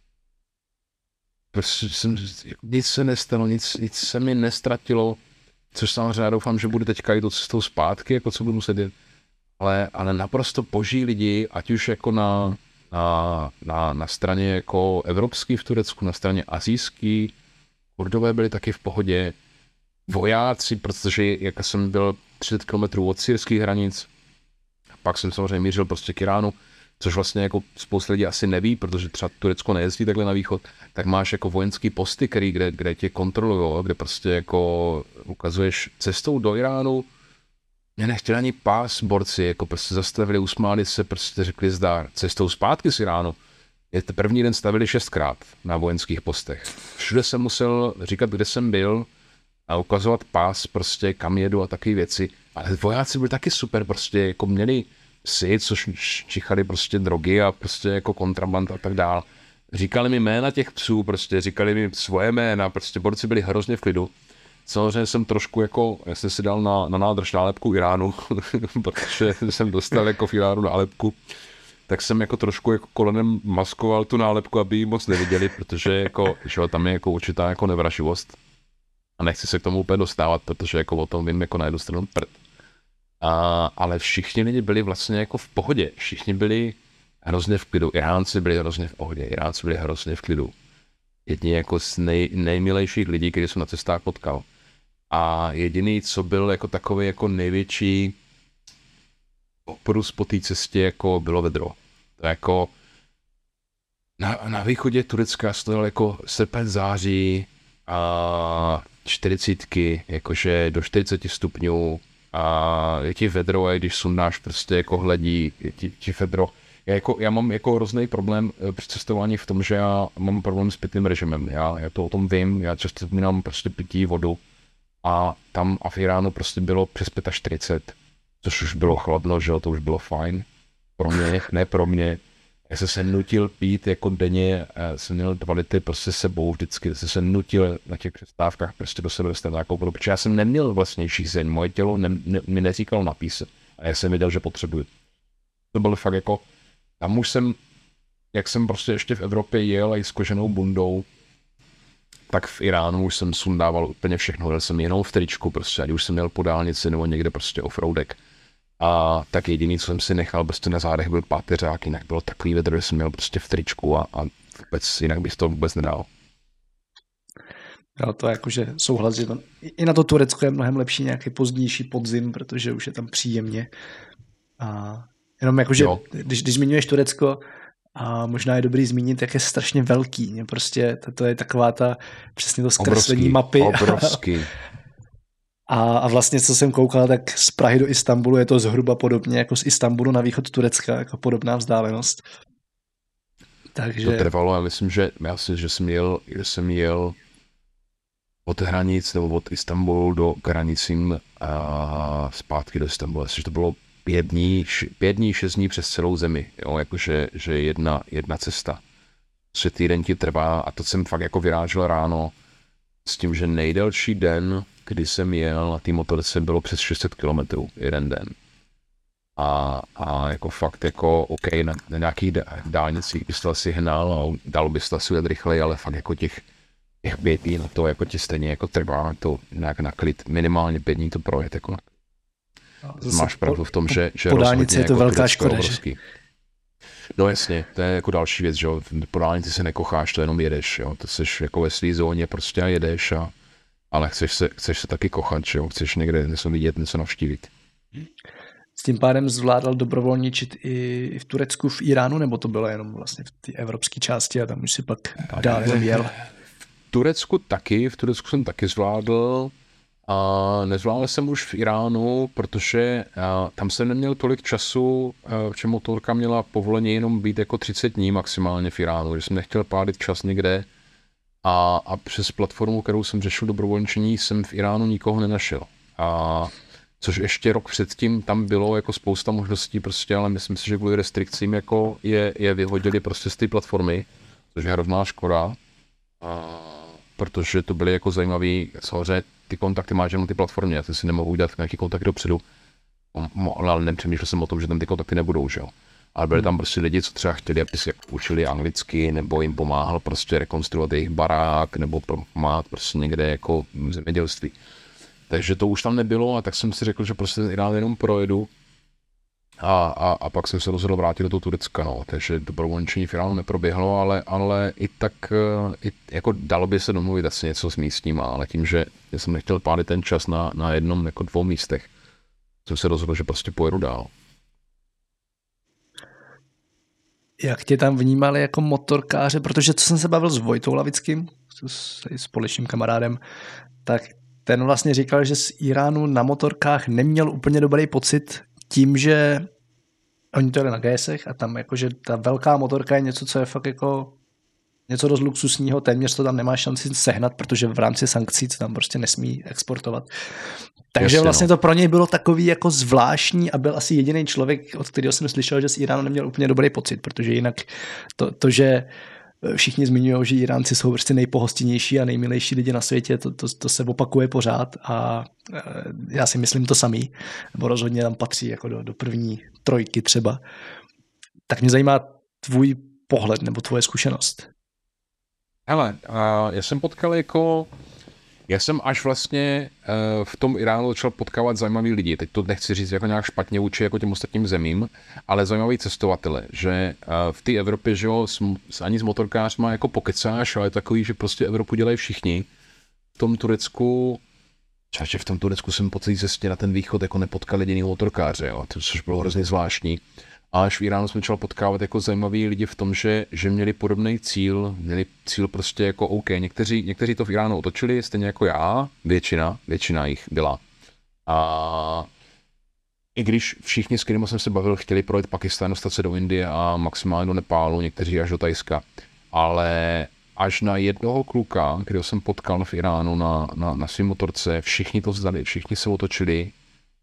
Prostě nic se nestalo, nic se mi nestratilo, což samozřejmě já doufám, že bude teďka jít cestou zpátky, jako co budu muset jít. Ale naprosto boží lidi, ať už jako na straně jako evropský v Turecku, na straně asijský, Kurdové byli taky v pohodě, vojáci, protože jak jsem byl 30 km od syrských hranic, pak jsem samozřejmě mířil prostě k Iránu, což vlastně jako spousta lidí asi neví, protože třeba Turecko nejezdí takhle na východ, tak máš jako vojenský posty, kde tě kontrolujou, kde prostě jako ukazuješ cestou do Iránu. Mě nechtěli ani pás borci, jako prostě zastavili, usmáli se, prostě řekli zdar. Cestou zpátky z Iránu. První den stavili 6krát na vojenských postech. Všude jsem musel říkat, kde jsem byl a ukazovat pás, prostě kam jedu a takové věci. Ale vojáci byli taky super, prostě jako měli psy, což čichali prostě drogy a prostě jako kontraband a tak dál. Říkali mi jména těch psů, prostě říkali mi svoje jména, prostě borci byli hrozně v klidu. Samozřejmě jsem trošku jako, já jsem si dal na nádrž nálepku Iránu, protože jsem dostal jako v Iránu nálepku, tak jsem jako trošku jako kolenem maskoval tu nálepku, aby ji moc neviděli, protože jako, že tam je jako určitá jako nevraživost. A nechci se k tomu úplně dostávat, protože jako o tom vím jako na jednu stranu prd. Ale všichni lidi byli vlastně jako v pohodě, všichni byli hrozně v klidu, Iránci byli hrozně v pohodě, Iránci byli hrozně v klidu. Jedni jako z nejmilejších lidí, který jsem na cestách potkal. A jediný, co byl jako takový jako největší oprus po té cestě, jako bylo vedro. To jako na východě Turecka stojil jako srpen, září a 40, jakože do 40 stupňů a je ti vedro, a když sundáš prostě jako hledí, je ti vedro. Já mám jako hrozný problém při cestování v tom, že já mám problém s pitným režimem. Já to o tom vím, já často vzpomínám prostě pití vodu a tam v Iránu prostě bylo přes 45, což už bylo chladno, že jo, to už bylo fajn. Pro mě, ne pro mě. Já jsem se nutil pít jako denně, jsem měl 2 litry prostě sebou vždycky, jsem se nutil na těch přestávkách prostě do sebe dostat nějakou vodu, protože já jsem neměl vlastně žízeň, moje tělo mi neříkalo napít se a já jsem věděl, že potřebuji. To bylo fakt jako, tam už jsem, jak jsem prostě ještě v Evropě jel i s koženou bundou, tak v Iránu už jsem sundával úplně všechno, jel jsem jenom v tričku prostě, ať už jsem měl po dálnici nebo někde prostě offroadek. A tak jediný, co jsem si nechal prostě na zádech, byl páteřák, jinak bylo takový vedro, že jsem měl prostě v tričku a vůbec, jinak bych to vůbec nedal. Jo, to je jakože souhlas, že to, i na to Turecko je mnohem lepší nějaký pozdější podzim, protože už je tam příjemně. A jenom jakože, když zmiňuješ Turecko, a možná je dobrý zmínit, jak je strašně velký. Prostě to je taková ta přesně to zkreslení mapy. Obrovský. A vlastně, co jsem koukal, tak z Prahy do Istanbulu je to zhruba podobně jako z Istanbulu na východ Turecka, jako podobná vzdálenost. Takže... To trvalo, já myslím, že jsem jel od hranic nebo od Istanbulu do hranicím a zpátky do Istanbulu. Myslím, že to bylo 5 dní, 6 dní přes celou zemi, jo, jakože že jedna cesta. 3 týden ti trvá a to jsem fakt jako vyrážel ráno s tím, že nejdelší den, kdy jsem jel na té motorce, bylo přes 600 km jeden den. a jako fakt jako OK, na nějakých dálnicích bys to asi hnal a dalo bys to asi ujet rychleji, ale fakt jako těch 5 dní na to jako ti stejně jako trvá to nějak na klid, minimálně 5 dní to projet jako. Máš pravdu v tom, že po dálnici je to jako velká škoda, obrovský. No jasně, to je jako další věc, že jo, po dálnici se nekocháš, to jenom jedeš, jo, to seš jako ve svý zóně prostě a jedeš ale chceš se taky kochat, že jo, chceš někde něco vidět, něco navštívit. S tím pádem zvládal dobrovolničit i v Turecku, v Iránu, nebo to bylo jenom vlastně v té evropské části a tam už si pak dál jenom jel? V Turecku jsem taky zvládl a nezvládl jsem už v Iránu, protože tam jsem neměl tolik času, že motorka měla povolení jenom být jako 30 dní maximálně v Iránu, že jsem nechtěl pálit čas někde a přes platformu, kterou jsem řešil dobrovolničení, jsem v Iránu nikoho nenašel. Což ještě rok předtím tam bylo jako spousta možností prostě, ale myslím si, že kvůli restrikcím jako je vyhodili prostě z té platformy, což je hrozná škoda, protože to byly jako zajímavý, samozřejmě ty kontakty máš jenom ty platformě, já si nemohu udělat nějaký kontakt dopředu, ale nepřemýšlel jsem o tom, že tam ty kontakty nebudou, že jo. Ale byli tam prostě lidi, co třeba chtěli, aby si učili anglicky, nebo jim pomáhal prostě rekonstruovat jejich barák, nebo pomáhat prostě někde jako v zemědělství. Takže to už tam nebylo a tak jsem si řekl, že prostě Irán jenom projedu a pak jsem se rozhodl vrátit do toho Turecka, no. Takže dobrovolničení v Iránu neproběhlo, ale i tak jako dalo by se domluvit asi něco s místníma, ale tím, že jsem nechtěl pálit ten čas na jednom jako 2 místech, jsem se rozhodl, že prostě pojedu dál. Jak tě tam vnímali jako motorkáře, protože co jsem se bavil s Vojtou Lavickým, s společným kamarádem, tak ten vlastně říkal, že z Iránu na motorkách neměl úplně dobrý pocit tím, že oni to jeli na GSech a tam jakože ta velká motorka je něco, co je fakt jako něco dost luxusního, téměř to tam nemá šanci sehnat, protože v rámci sankcí to tam prostě nesmí exportovat. Takže jasně, vlastně to pro něj bylo takový jako zvláštní a byl asi jediný člověk, od kterého jsem slyšel, že z Iránu neměl úplně dobrý pocit, protože jinak to že všichni zmiňují, že Iránci jsou prostě nejpohostinnější a nejmilejší lidi na světě, to se opakuje pořád a já si myslím to samý, nebo rozhodně tam patří jako do první 3 třeba. Tak mě zajímá tvůj pohled nebo tvoje zkušenost. Hele, já jsem až vlastně v tom Iránu začal potkávat zajímavý lidi. Teď to nechci říct jako nějak špatně vůči jako těm ostatním zemím, ale zajímavý cestovatele, že v té Evropě, že jo, ani s motorkářma jako pokecáš, ale takový, že prostě Evropu dělají všichni. V tom Turecku jsem po celé cestě na ten východ jako nepotkal jediný motorkáře, jo, což bylo hrozně zvláštní. A až v Iránu jsme začal potkávat jako zajímaví lidi v tom, že měli podobný cíl, prostě jako OK. Někteří to v Iránu otočili, stejně jako já, většina jich byla. A i když všichni, s kterými jsem se bavil, chtěli projet Pakistán, dostat se do Indie a maximálně do Nepálu, někteří až do Thajska, ale až na jednoho kluka, kterého jsem potkal v Iránu na svým motorce, všichni to vzdali, všichni se otočili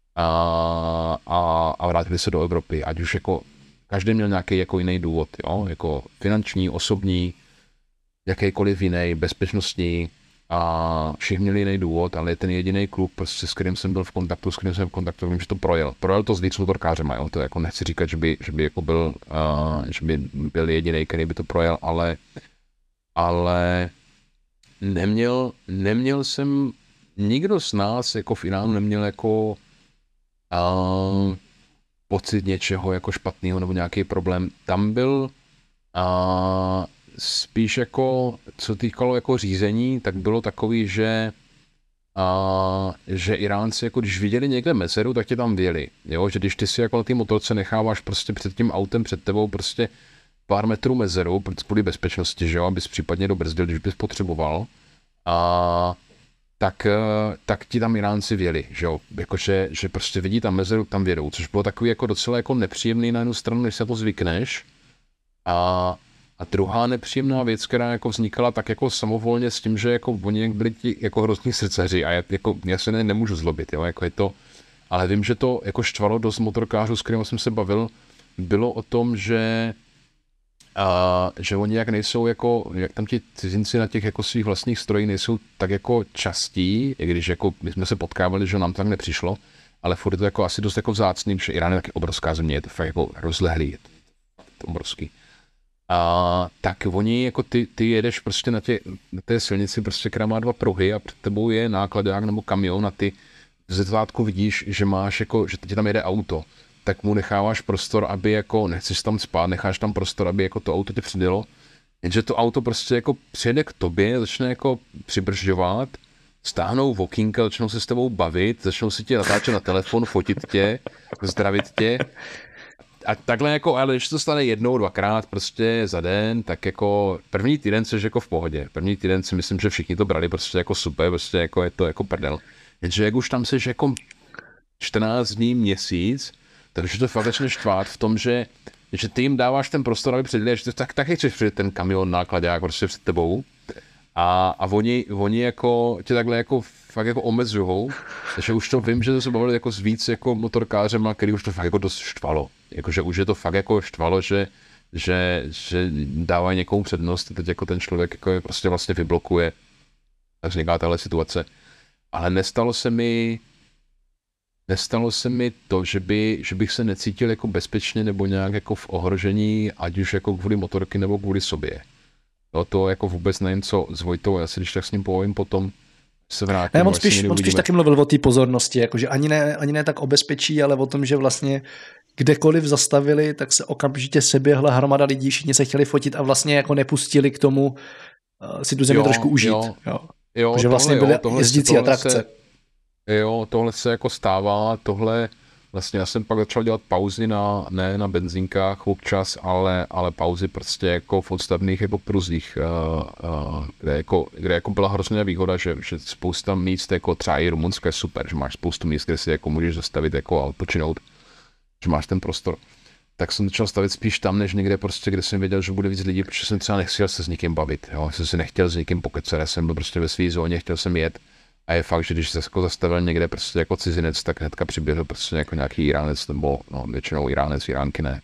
a vrátili se do Evropy, ať už jako každý měl nějaký jako jiný důvod, jo? Jako finanční, osobní, jakýkoliv jiný, bezpečnostní a všichni měli jiný důvod, ale ten jediný klub, prostě, s kterým jsem byl v kontaktu, vím, že to projel. Projel to s víc motorkářema, jo? To jako nechci říkat, že by jako byl, že by byl jediný, který by to projel, ale neměl jsem, nikdo z nás jako v Iránu neměl jako pocit něčeho jako špatného nebo nějaký problém. Tam byl spíš jako, co týkalo jako řízení, tak bylo takový, že Iránci, jako když viděli někde mezeru, tak tě tam vjeli. Jo? Že když ty si jako na té motorce necháváš prostě před tím autem před tebou prostě pár metrů mezeru, kvůli bezpečnosti, že jo, abys případně dobrzdil, když bys potřeboval, tak ti tam Iránci vjeli, že jo, jakože, že prostě vidí tam mezeru, tam vědou, což bylo takový jako docela jako nepříjemný na jednu stranu, než se to zvykneš. A druhá nepříjemná věc, která jako vznikala tak jako samovolně s tím, že jako oni byli ti jako hrozní srdcaři a já se nemůžu zlobit, jo, jako je to, ale vím, že to jako štvalo dost motorkářů, s kterými jsem se bavil, bylo o tom, že oni jak nejsou jako, jak tam ti cizinci na těch jako svých vlastních strojích nejsou tak jako častí, i když jako my jsme se potkávali, že nám tak nepřišlo, ale furt je to jako asi dost jako vzácný, protože Irán je taky obrovská země, je to fakt jako rozlehlý, je to obrovský. A tak oni, jako ty jedeš prostě na té silnici, prostě, která má 2 pruhy a před tebou je nákladák nebo kamion a ty ze začátku vidíš, že máš jako, že teď tam jede auto, tak mu necháváš prostor, aby jako, nechceš tam spát, necháš tam prostor, aby jako to auto tě přidilo, jenže to auto prostě jako přijede k tobě, začne jako přibržďovat, stáhnou v okýnka, začnou se s tebou bavit, začnou si tě natáčet na telefon, fotit tě, zdravit tě. A takhle jako, ale když to stane 1, 2krát prostě za den, tak jako první týden jsi jako v pohodě. První týden si myslím, že všichni to brali prostě jako super, prostě jako je to jako prdel. Jenže jak už tam jsi jako 14 dní, měsíc, takže to fakt začne štvát v tom, že ty jim dáváš ten prostor, aby předjeli, že tak taky chceš přijet ten kamion nákladák prostě před tebou. A oni jako tě takhle jako fakt jako omezujou, takže už to vím, že to se bavili jako s víc jako motorkářema, který už to fakt jako dost štvalo. Jakože už je to fakt jako štvalo, že dávají někomu přednost, teď jako ten člověk jako je prostě vlastně vyblokuje. Tak vzniká tahle situace. Ale nestalo se mi to, že bych se necítil jako bezpečně nebo nějak jako v ohrožení, ať už jako kvůli motorky nebo kvůli sobě. No to jako vůbec nevím, co s Vojtou, já si když tak s ním povím potom, se vrátím. Ne, on spíš taky mluvil o té pozornosti, jakože ani ne tak o bezpečí, ale o tom, že vlastně kdekoliv zastavili, tak se okamžitě seběhla hromada lidí, všichni se chtěli fotit a vlastně jako nepustili k tomu si tu zemi trošku užít. Jo, že vlastně byly jezdící atrakce. Tohle se jako stává, tohle vlastně já jsem pak začal dělat pauzy ne na benzínkách občas, ale pauzy prostě jako v odstavných jako pruzích, kde jako byla hrozně výhoda, že spousta míst jako třeba i Rumunsko je super, že máš spoustu míst, kde si jako můžeš zastavit jako a odpočinout, že máš ten prostor. Tak jsem začal stavit spíš tam, než někde prostě, kde jsem věděl, že bude víc lidí, protože jsem třeba nechtěl se s někým bavit, jo, jsem si nechtěl s někým pokecat, já jsem byl prostě ve své zóně, chtěl jsem jet. A je fakt, že když se jako zastavil někde prostě jako cizinec, tak hnedka přiběhl prostě jako nějaký Iránec, nebo no, většinou Iránec, Iránky ne.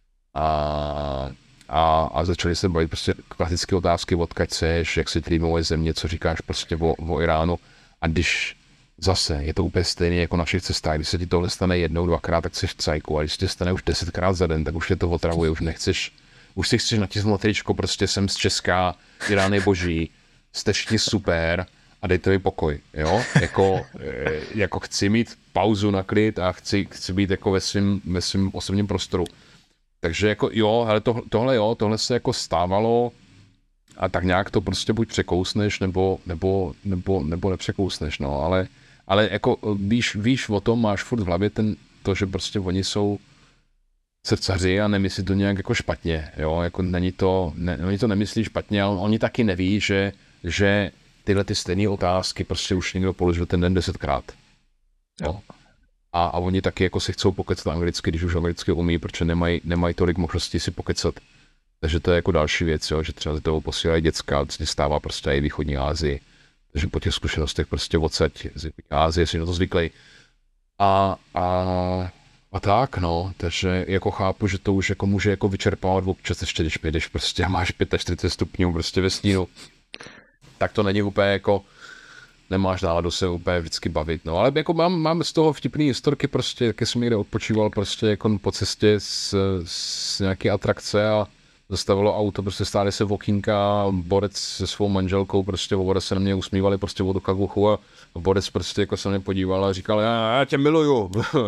A začali se bavit prostě klasické otázky, odkud seš, jak se ti líbí moje země, co říkáš prostě o Iránu. A když zase je to úplně stejné jako na všech cestách, když se ti tohle stane 1, 2krát, tak jsi v cajku, a když se ti stane už 10krát za den, tak už je to otravuje, už si chceš natisnout tričko, prostě jsem z Česka, Irán je boží, jste všichni super, a dejte mi pokoj, jo, jako chci mít pauzu na klid a chci být jako ve svém osobním prostoru. Takže jako jo, ale tohle se jako stávalo a tak nějak to prostě buď překousneš, nebo nepřekousneš, no, ale jako víš o tom, máš furt v hlavě to, že prostě oni jsou srdcaři a nemyslí to nějak jako špatně, jo, jako oni to nemyslí špatně, ale oni taky neví, že tyhle ty stejné otázky prostě už někdo položil ten den 10krát. Jo. A oni taky jako si chcou pokecat anglicky, když už anglicky umí, protože nemají tolik možností si pokecat. Takže to je jako další věc, jo, že třeba z toho posílají děcka, co se stává prostě i východní Asii. Takže po těch zkušenostech prostě odsaď z východní Asie si na to zvyklej. A tak, no, takže jako chápu, že to už jako může jako vyčerpávat občas ještě, když jdeš prostě a máš 45 stupňů prostě ve stínu. Tak to není úplně jako, nemáš náladu se úplně vždycky bavit, no, ale jako mám z toho vtipný historky prostě, taky jsem někde odpočíval prostě jako po cestě z nějaké atrakce a zastavilo auto, prostě stáli se v okýnka, borec se svou manželkou, prostě borec se na mě usmívali prostě od oka k uchu a borec prostě jako se na mě podíval a říkal, já tě miluju.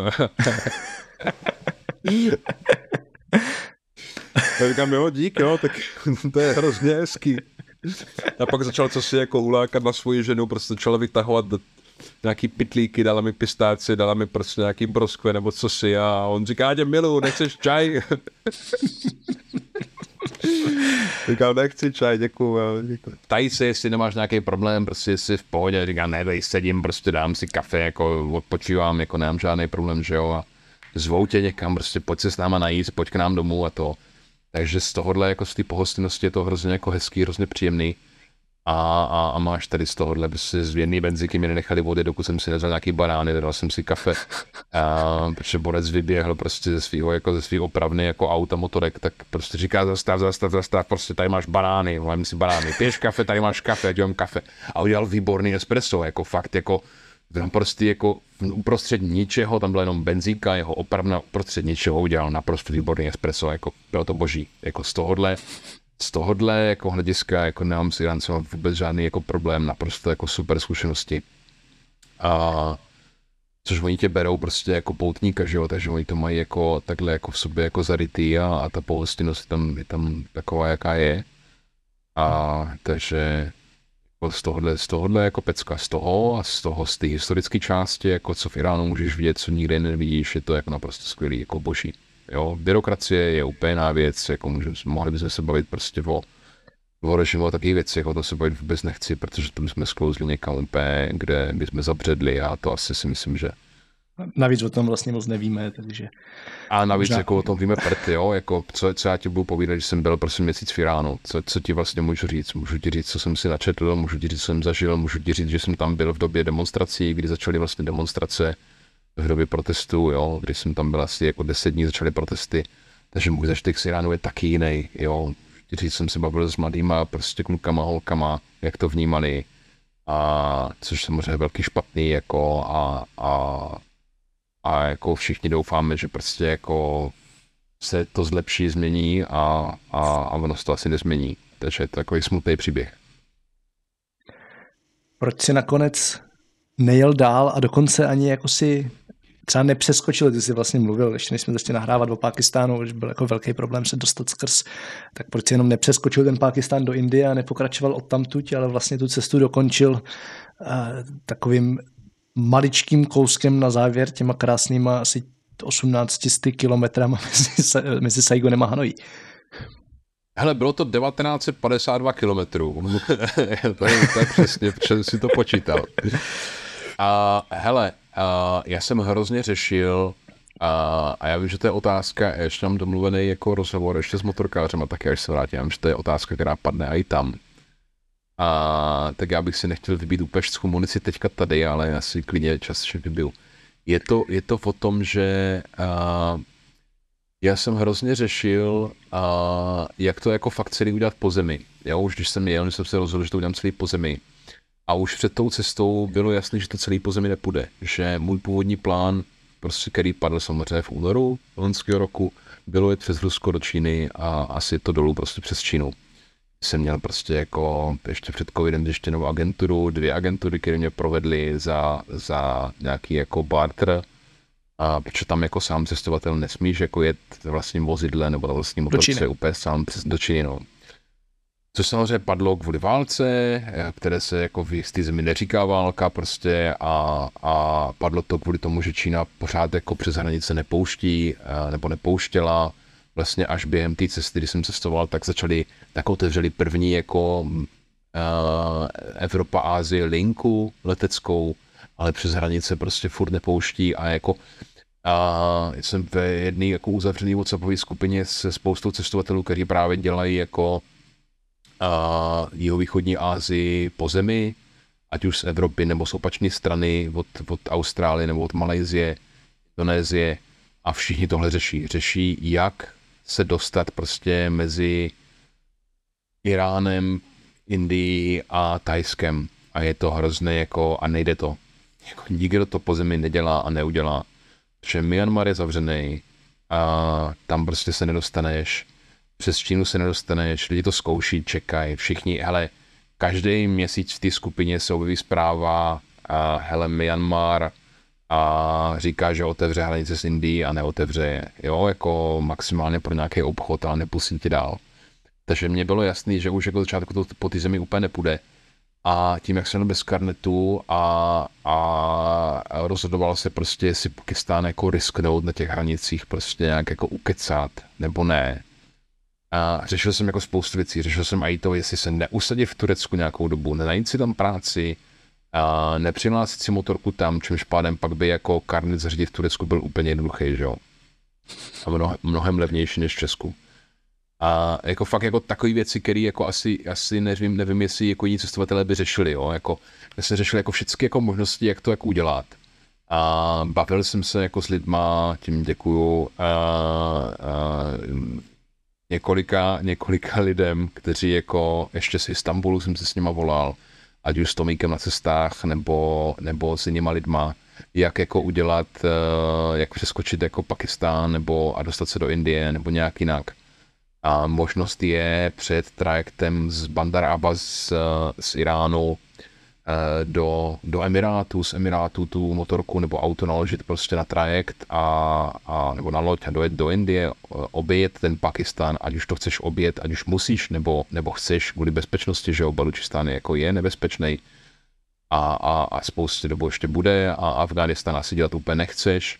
Já říkám, jo, dík, jo, tak to je hrozně hezký. A pak začal co si jako ulákat na svoji ženu, prostě začala vytahovat nějaký pytlíky, dala mi pistáci, dala mi prostě nějaký broskve nebo co si a on říká, já tě miluju, nechceš čaj? Říkám, nechci čaj, děkuju. Tají se, jestli nemáš nějaký problém, prostě jsi v pohodě, říkám, ne, tady sedím, prostě dám si kafe, jako odpočívám, jako nemám žádný problém, že jo, a zvou tě někam, prostě pojď se s náma najít, pojď k nám domů a to. Takže z tohohle, jako z té pohostinnosti je to hrozně jako hezký, hrozně příjemný. A máš tady z tohohle, prostě z jedné benzinky mě nenechali vody, dokud jsem si nedal nějaký banány, dal jsem si kafe. Protože borec vyběhl prostě ze svého opravny jako auta, motorek, tak prostě říká zastav, prostě tady máš banány, mám si banány, piješ kafe, tady máš kafe, já dělám kafe. A udělal výborný espresso, jako fakt jako Tam prostě jako uprostřed ničeho, tam byla jenom benzínka, jeho opravna uprostřed ničeho udělal naprosto výborný espresso, jako bylo to boží. Jako z tohohle jako hlediska jako nemám s Iráncem vůbec žádný jako problém, naprosto jako super zkušenosti. A což oni tě berou prostě jako poutníka, že jo, takže oni to mají jako takhle jako v sobě jako zarytý a ta pohostinnost je tam taková, jaká je. A takže jako z tohohle jako pecka, z té historické části, jako co v Iránu můžeš vidět, co nikde nevidíš, je to jako naprosto skvělý, jako boží. Jo, byrokracie je úplně jiná věc, jako mohli bychom se bavit prostě o režimu a takové věci, jako to se bavit vůbec nechci, protože to bychom sklouzli někam úplně, kde bychom zabředli a to asi si myslím, že... Navíc o tom vlastně moc nevíme, takže... A navíc jako o tom víme prd, jo, jako co já ti budu povídat, když jsem byl prosím měsíc v Iránu, co ti vlastně můžu říct? Můžu ti říct, co jsem si načetl, můžu ti říct, co jsem zažil, můžu ti říct, že jsem tam byl v době demonstrací, kdy začaly vlastně demonstrace v době protestů, jo, když jsem tam byl asi jako 10 dní, začaly protesty, takže můj zažitek z Iránu je taky jiný, jo. Říct jsem se bavil s mladýma prostě klukama, holkama, jak to vnímali, a což samozřejmě je velký špatný, jako a jako všichni doufáme, že prostě jako se to zlepší, změní a ono se to asi nezmění. Takže je to takový smutný příběh. Proč si nakonec nejel dál a dokonce ani jako si třeba nepřeskočil, ty jsi vlastně mluvil, ještě než jsme začali nahrávat o Pákistánu, že byl jako velký problém se dostat skrz, tak proč si jenom nepřeskočil ten Pákistán do Indie a nepokračoval odtamtud, ale vlastně tu cestu dokončil takovým maličkým kouskem na závěr, těma krásnýma asi 1800 kilometrama mezi Saigonem a Hanojí. Hele, bylo to 1952 kilometrů. to je přesně, protože si to počítal. Hele, já jsem hrozně řešil, a já vím, že to je otázka, ještě mám domluvený jako rozhovor ještě s motorkářem, a taky až se vrátím, že to je otázka, která padne i tam. Tak já bych si nechtěl vybít úplně všechnu munici teďka tady, ale já si klidně časně vybiju. Je to o tom, že já jsem hrozně řešil, jak to jako fakt celý udělat po zemi. Já už když jsem jel, jsem se rozhodl, že to udělám celý po zemi. A už před tou cestou bylo jasné, že to celý po zemi nepůjde. Že můj původní plán, prostě který padl samozřejmě v únoru loňského roku, bylo jet přes Rusko do Číny a asi to dolů prostě přes Čínu. Jsem měl prostě jako ještě před covidem ještě novou agenturu, 2 agentury, které mě provedly za nějaký jako barter, a protože tam jako sám cestovatel nesmíš jako jet vlastním vozidle nebo vlastní motorce úplně sám do Číny, no. Což samozřejmě padlo kvůli válce, které se jako v jistý zemi neříká válka prostě, a padlo to kvůli tomu, že Čína pořád jako přes hranice nepouští nebo nepouštěla. Vlastně až během té cesty, kdy jsem cestoval, tak otevřeli první jako Evropa-Ázie linku leteckou, ale přes hranice prostě furt nepouští a jako jsem ve jedné jako uzavřené WhatsAppové skupině se spoustou cestovatelů, kteří právě dělají jako jihovýchodní Asii po zemi, ať už z Evropy nebo z opačné strany od Austrálie nebo od Malajsie, Indonésie, a všichni tohle řeší, jak se dostat prostě mezi Iránem, Indií a Thajskem, a je to hrozné jako, a nejde to. Jako nikdo to po zemi nedělá a neudělá. Protože Myanmar je zavřený a tam prostě se nedostaneš, přes Čínu se nedostaneš, lidi to zkouší, čekají, všichni, hele, každý měsíc v té skupině se objeví zpráva, hele, Myanmar, a říká, že otevře hranice s Indií a neotevře, jo, jako maximálně pro nějaký obchod, ale nepustí ti dál. Takže mně bylo jasný, že už jako začátku to po té zemi úplně nepůjde. A tím, jak jsem bez karnetu a rozhodoval se prostě, jestli Pákistán jako risknout na těch hranicích, prostě nějak jako ukecat, nebo ne. A řešil jsem jako spoustu věcí, řešil jsem i to, jestli se neusadit v Turecku nějakou dobu, nenajít si tam práci, a nepřihlásit si motorku tam, čímž pádem pak by jako karnet zařídit v Turecku byl úplně jednoduchý, že jo. A mnohem levnější než v Česku. A jako fakt jako takové věci, které jako asi nevím, jestli jako jiní cestovatelé by řešili, jo, jako já jsem řešil jako všechny jako možnosti, jak to jako udělat. A bavil jsem se jako s lidma, tím děkuju, několika lidem, kteří jako ještě z Istanbulu jsem se s nima volal, ať už s Tomíkem na cestách, nebo s jinýma lidma, jak jako udělat, jak přeskočit jako Pakistán, nebo a dostat se do Indie, nebo nějak jinak. A možnost je před trajektem z Bandar Abbas z Iránu do Emirátů, z Emirátů tu motorku nebo auto naložit prostě na trajekt a nebo na loď a dojet do Indie, objet ten Pakistán, ať už to chceš objet, ať už musíš, nebo chceš kvůli bezpečnosti, že Balučistán jako je nebezpečný a spoustě dobu ještě bude a Afghánistán asi dělat úplně nechceš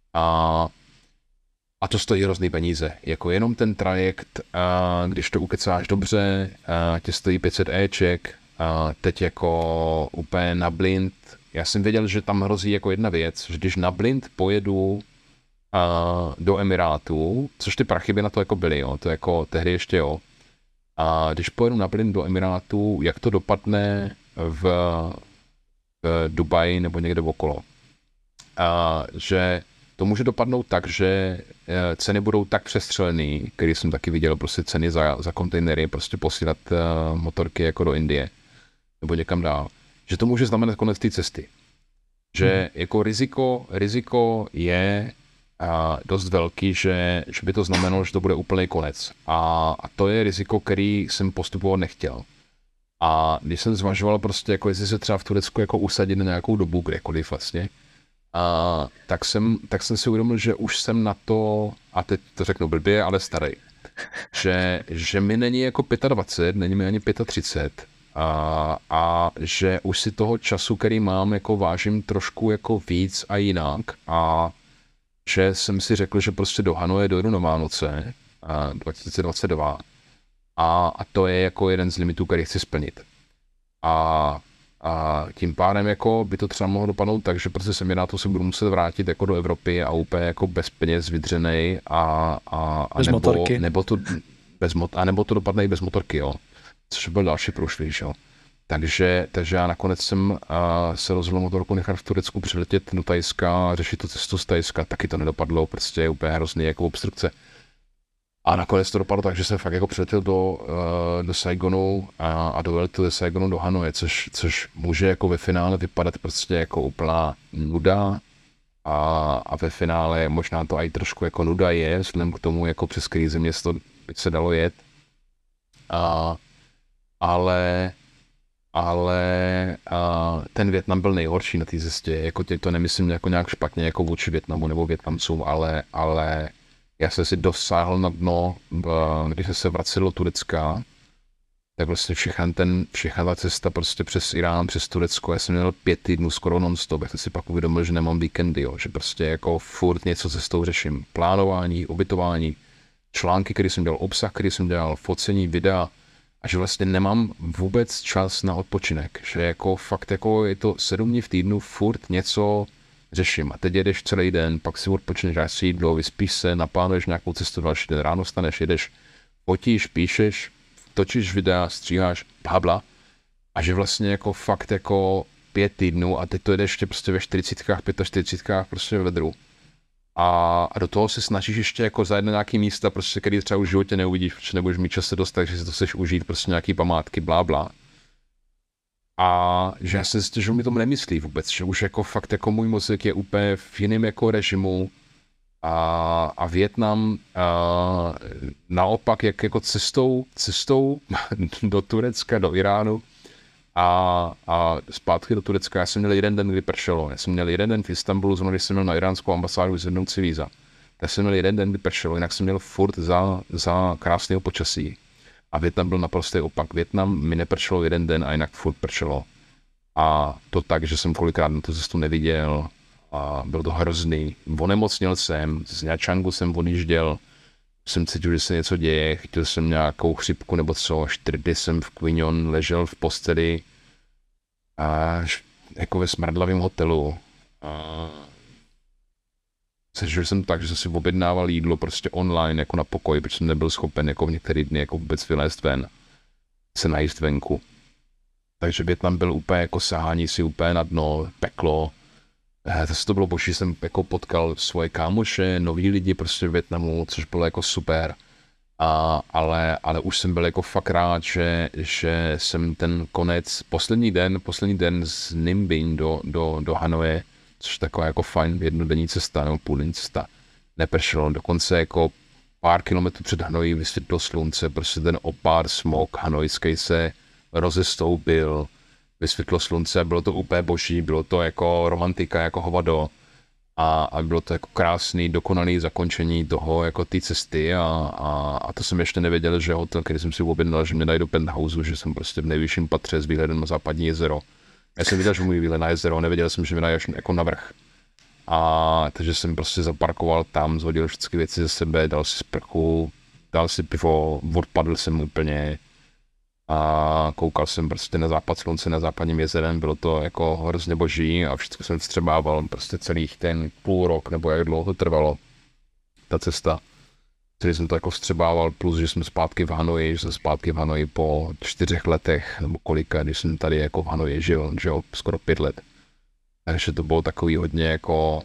a to stojí hrozný peníze. Jako jenom ten trajekt, když to ukecáš dobře, tě stojí 500 éček, teď jako úplně na blind. Já jsem věděl, že tam hrozí jako jedna věc, že když na blind pojedu do Emirátů, což ty prachy by na to jako byly, jo, to jako tehdy ještě jo. A když pojedu na blind do Emirátů, jak to dopadne v Dubaji nebo někde okolo. Že to může dopadnout tak, že ceny budou tak přestřelený, který jsem taky viděl, prostě ceny za kontejnery, prostě posílat motorky jako do Indie nebo někam dál, že to může znamenat konec té cesty. Že jako riziko je dost velký, že by to znamenalo, že to bude úplný konec. A to je riziko, který jsem postupovat nechtěl. A když jsem zvažoval prostě, jako jestli se třeba v Turecku jako usadit na nějakou dobu, kdekoliv vlastně, tak jsem si uvědomil, že už jsem na to, a teď to řeknu blbě, ale starý, že mi není jako 25, není mi ani 35 a že už si toho času, který mám, jako vážím trošku jako víc a jinak a že jsem si řekl, že prostě do Hanoje dojedu na Vánoce 2022 a to je jako jeden z limitů, který chci splnit. A tím pádem jako by to třeba mohlo dopadnout tak, že prostě jsem na to se budu muset vrátit jako do Evropy a úplně jako bez peněz vydřenej bez motorky. Nebo to dopadne i bez motorky, jo. Což byl další průšvih, jo. Takže já nakonec jsem se rozhodl motorku nechat v Turecku přiletět do Thajska, řešit tu cestu z Thajska, taky to nedopadlo, prostě je úplně hrozný jako obstrukce. A nakonec to dopadlo tak, že jsem fakt jako přiletěl do Saigonu a doletěl do Saigonu do Hanoje, což může jako ve finále vypadat prostě jako úplná nuda a ve finále možná to i trošku jako nuda je, vzhledem k tomu, jako přes který město by se dalo jet. Ale ten Vietnam byl nejhorší na té cestě, jako to nemyslím jako nějak špatně jako vůči Vietnamu nebo Vietnamcům, ale já jsem si dosáhl na dno, když se vracel do Turecka, tak vlastně všechna ta cesta prostě přes Irán, přes Turecko, já jsem měl 5 týdnů skoro non-stop, jak jsem si pak uvědomil, že nemám víkendy, jo, že prostě jako furt něco cestou řeším, plánování, ubytování, články, který jsem dělal, obsah, který jsem dělal, focení, videa, a že vlastně nemám vůbec čas na odpočinek, že jako fakt jako je to 7 dní v týdnu, furt něco řeším. A teď jedeš celý den, pak si odpočneš, dáš si jídlo, vyspíš se, naplánuješ nějakou cestu další den, ráno staneš, jedeš, fotíš, píšeš, točíš videa, stříháš, bla. A že vlastně jako fakt jako 5 týdnů a teď to jedeš ještě prostě ve 40, 45 prostě v vedru. A do toho se snažíš ještě jako zajet na nějaký místa, prostě, který třeba už v životě neuvidíš, protože nebudeš mít čas se dostat, že si to chceš užít, prostě nějaký památky, bla. A že já si zjistil, že mi to nemyslí vůbec, že už jako fakt jako můj mozek je úplně v jiném jako režimu a Vietnam naopak jak jako cestou do Turecka, do Iránu a zpátky do Turecka. Já jsem měl jeden den, kdy pršelo. Já jsem měl jeden den v Istanbulu, zrovna když jsem měl na iránskou ambasádu vyzvednout si víza. Já jsem měl jeden den, kdy pršelo, jinak jsem měl furt za krásného počasí. A Vietnam byl naprostý opak. Vietnam mi nepršelo jeden den a jinak furt pršelo. A to tak, že jsem kolikrát na tu cestu neviděl a byl to hrozný. Onemocněl jsem, z Nha Changu jsem odjížděl, jsem cítil, že se něco děje, chtěl jsem nějakou chřipku nebo co, 4 dny jsem v Quy Nhon ležel v posteli a jako ve smradlavém hotelu. Sežil jsem tak, že jsem si objednával jídlo prostě online jako na pokoji, protože jsem nebyl schopen jako v některé dny jako vůbec vylézt ven, se najíst venku. Takže Vietnam byl úplně jako sahání si úplně na dno, peklo. Zase to bylo boží, jsem jako potkal svoje kámoše, noví lidi prostě v Vietnamu, což bylo jako super. Ale už jsem byl jako fakt rád, že jsem ten poslední den z Ninh do Hanoje, což je taková jako fajn jednodenní cesta nebo půldenní cesta, nepršelo. Dokonce jako pár kilometrů před Hanojí vysvětlo slunce, prostě ten opár smog hanojský se rozestoupil, vysvětlo slunce, bylo to úplně boží, bylo to jako romantika, jako hovado. A bylo to jako krásný, dokonalý zakončení toho, jako té cesty a to jsem ještě nevěděl, že hotel, který jsem si objednal, že mě dají do penthouse, že jsem prostě v nejvyšším patře s výhledem na západní jezero. Já jsem viděl, že můj výhled na jezero, nevěděl jsem, že mě dají až jako na vrch. Takže jsem prostě zaparkoval tam, zhodil všechny věci ze sebe, dal si sprchu, dal si pivo, odpadl jsem úplně a koukal jsem prostě na západ slunce na západním jezerem, bylo to jako hrozně boží a všechno jsem vstřebával prostě celých ten půl rok, nebo jak dlouho to trvalo, ta cesta. Celý jsem to jako vstřebával, plus, že jsem zpátky v Hanoji, po 4 letech, nebo kolika, když jsem tady jako v Hanoji žil, skoro 5 let. Takže to bylo takový hodně jako,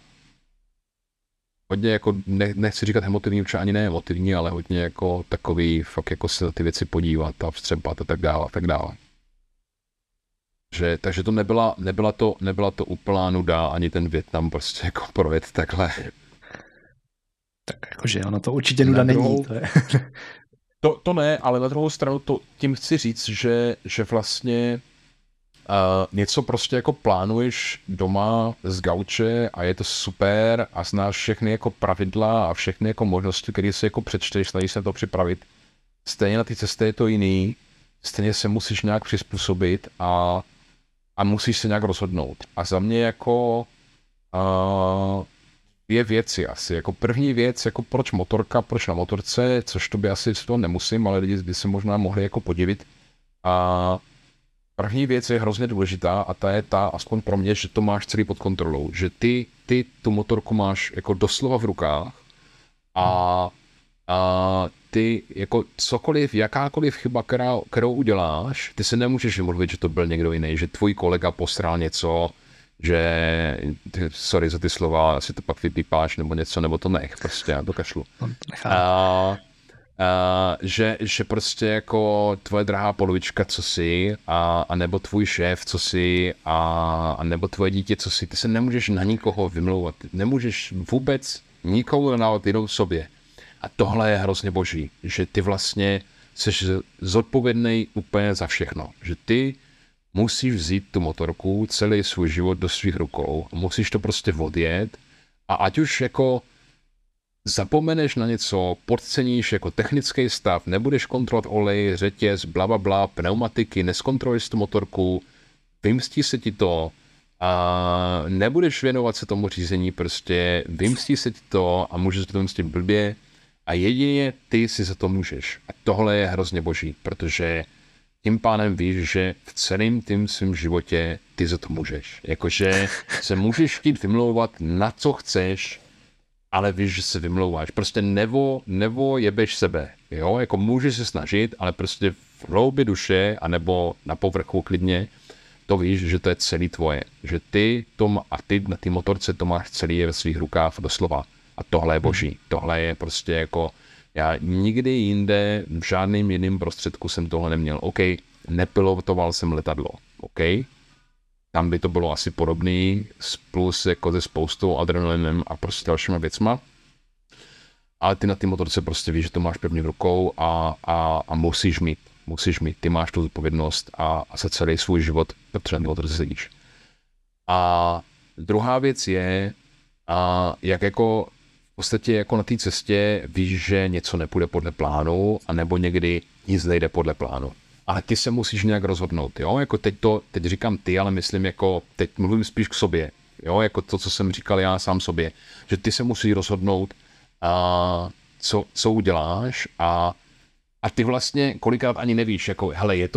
nechci říkat emotivní, protože ani ne emotivní, ale hodně jako takový fakt jako se na ty věci podívat a vstřebat a tak dále. Takže to nebyla to úplná nuda, ani ten Vietnam prostě jako projet takhle. Tak jakože ono to určitě nuda není. To je. To ne, ale na druhou stranu tím chci říct, že vlastně něco prostě jako plánuješ doma z gauče a je to super a znáš všechny jako pravidla a všechny jako možnosti, které si jako přečteš, snažíš se to připravit. Stejně na ty cesty je to jiný, stejně se musíš nějak přizpůsobit a musíš se nějak rozhodnout. A za mě jako 2 věci asi. Jako první věc, jako proč motorka, proč na motorce, což to by asi z toho nemusím, ale lidi by se možná mohli jako podivit. První věc je hrozně důležitá a ta je ta, aspoň pro mě, že to máš celý pod kontrolou. Že ty tu motorku máš jako doslova v rukách a ty jako cokoliv, jakákoliv chyba, kterou uděláš, ty se nemůžeš vymluvit, že to byl někdo jiný, že tvůj kolega posral něco, že, sorry za ty slova, asi to pak vypípáš nebo něco, nebo to nech, prostě já to kašlu. Že prostě jako tvoje drahá polovička, co jsi, a nebo tvůj šéf, co jsi, a nebo tvoje dítě, co jsi, ty se nemůžeš na nikoho vymlouvat, nemůžeš vůbec nikoho nadávat jenom sobě. A tohle je hrozně boží, že ty vlastně jsi zodpovědný úplně za všechno, že ty musíš vzít tu motorku celý svůj život do svých rukou, musíš to prostě odjet a ať už jako zapomeneš na něco, podceníš jako technický stav, nebudeš kontrolovat olej, řetěz, blablabla, pneumatiky, neskontroluješ tu motorku, vymstí se ti to a nebudeš věnovat se tomu řízení, prostě vymstí se ti to a můžeš to vymstit blbě a jedině ty si za to můžeš. A tohle je hrozně boží, protože tím pádem víš, že v celém tím svém životě ty za to můžeš. Jakože se můžeš chtít vymlouvat na co chceš, ale víš, že se vymlouváš. Prostě nebo jebeš sebe, jo? Jako můžeš se snažit, ale prostě v hloubi duše, anebo na povrchu klidně, to víš, že to je celý tvoje. Že ty na té motorce to máš celý je ve svých rukách doslova. A tohle je boží. Tohle je prostě jako, já nikdy jinde v žádným jiným prostředku jsem tohle neměl. OK, nepilotoval jsem letadlo. OK, tam by to bylo asi podobný, plus jako ze spoustou adrenalinem a prostě dalšíma věcma. Ale ty na té motorce prostě víš, že to máš pevně v rukou a musíš mít. Ty máš tu zodpovědnost a za celý svůj život, protože na té motorce sedíš. A druhá věc je, jak jako v podstatě jako na té cestě víš, že něco nepůjde podle plánu, anebo někdy nic nejde podle plánu. Ale ty se musíš nějak rozhodnout, jo, jako teď říkám ty, ale myslím jako, teď mluvím spíš k sobě, jo, jako to, co jsem říkal já sám sobě, že ty se musíš rozhodnout, co uděláš a ty vlastně kolikrát ani nevíš, jako, hele, je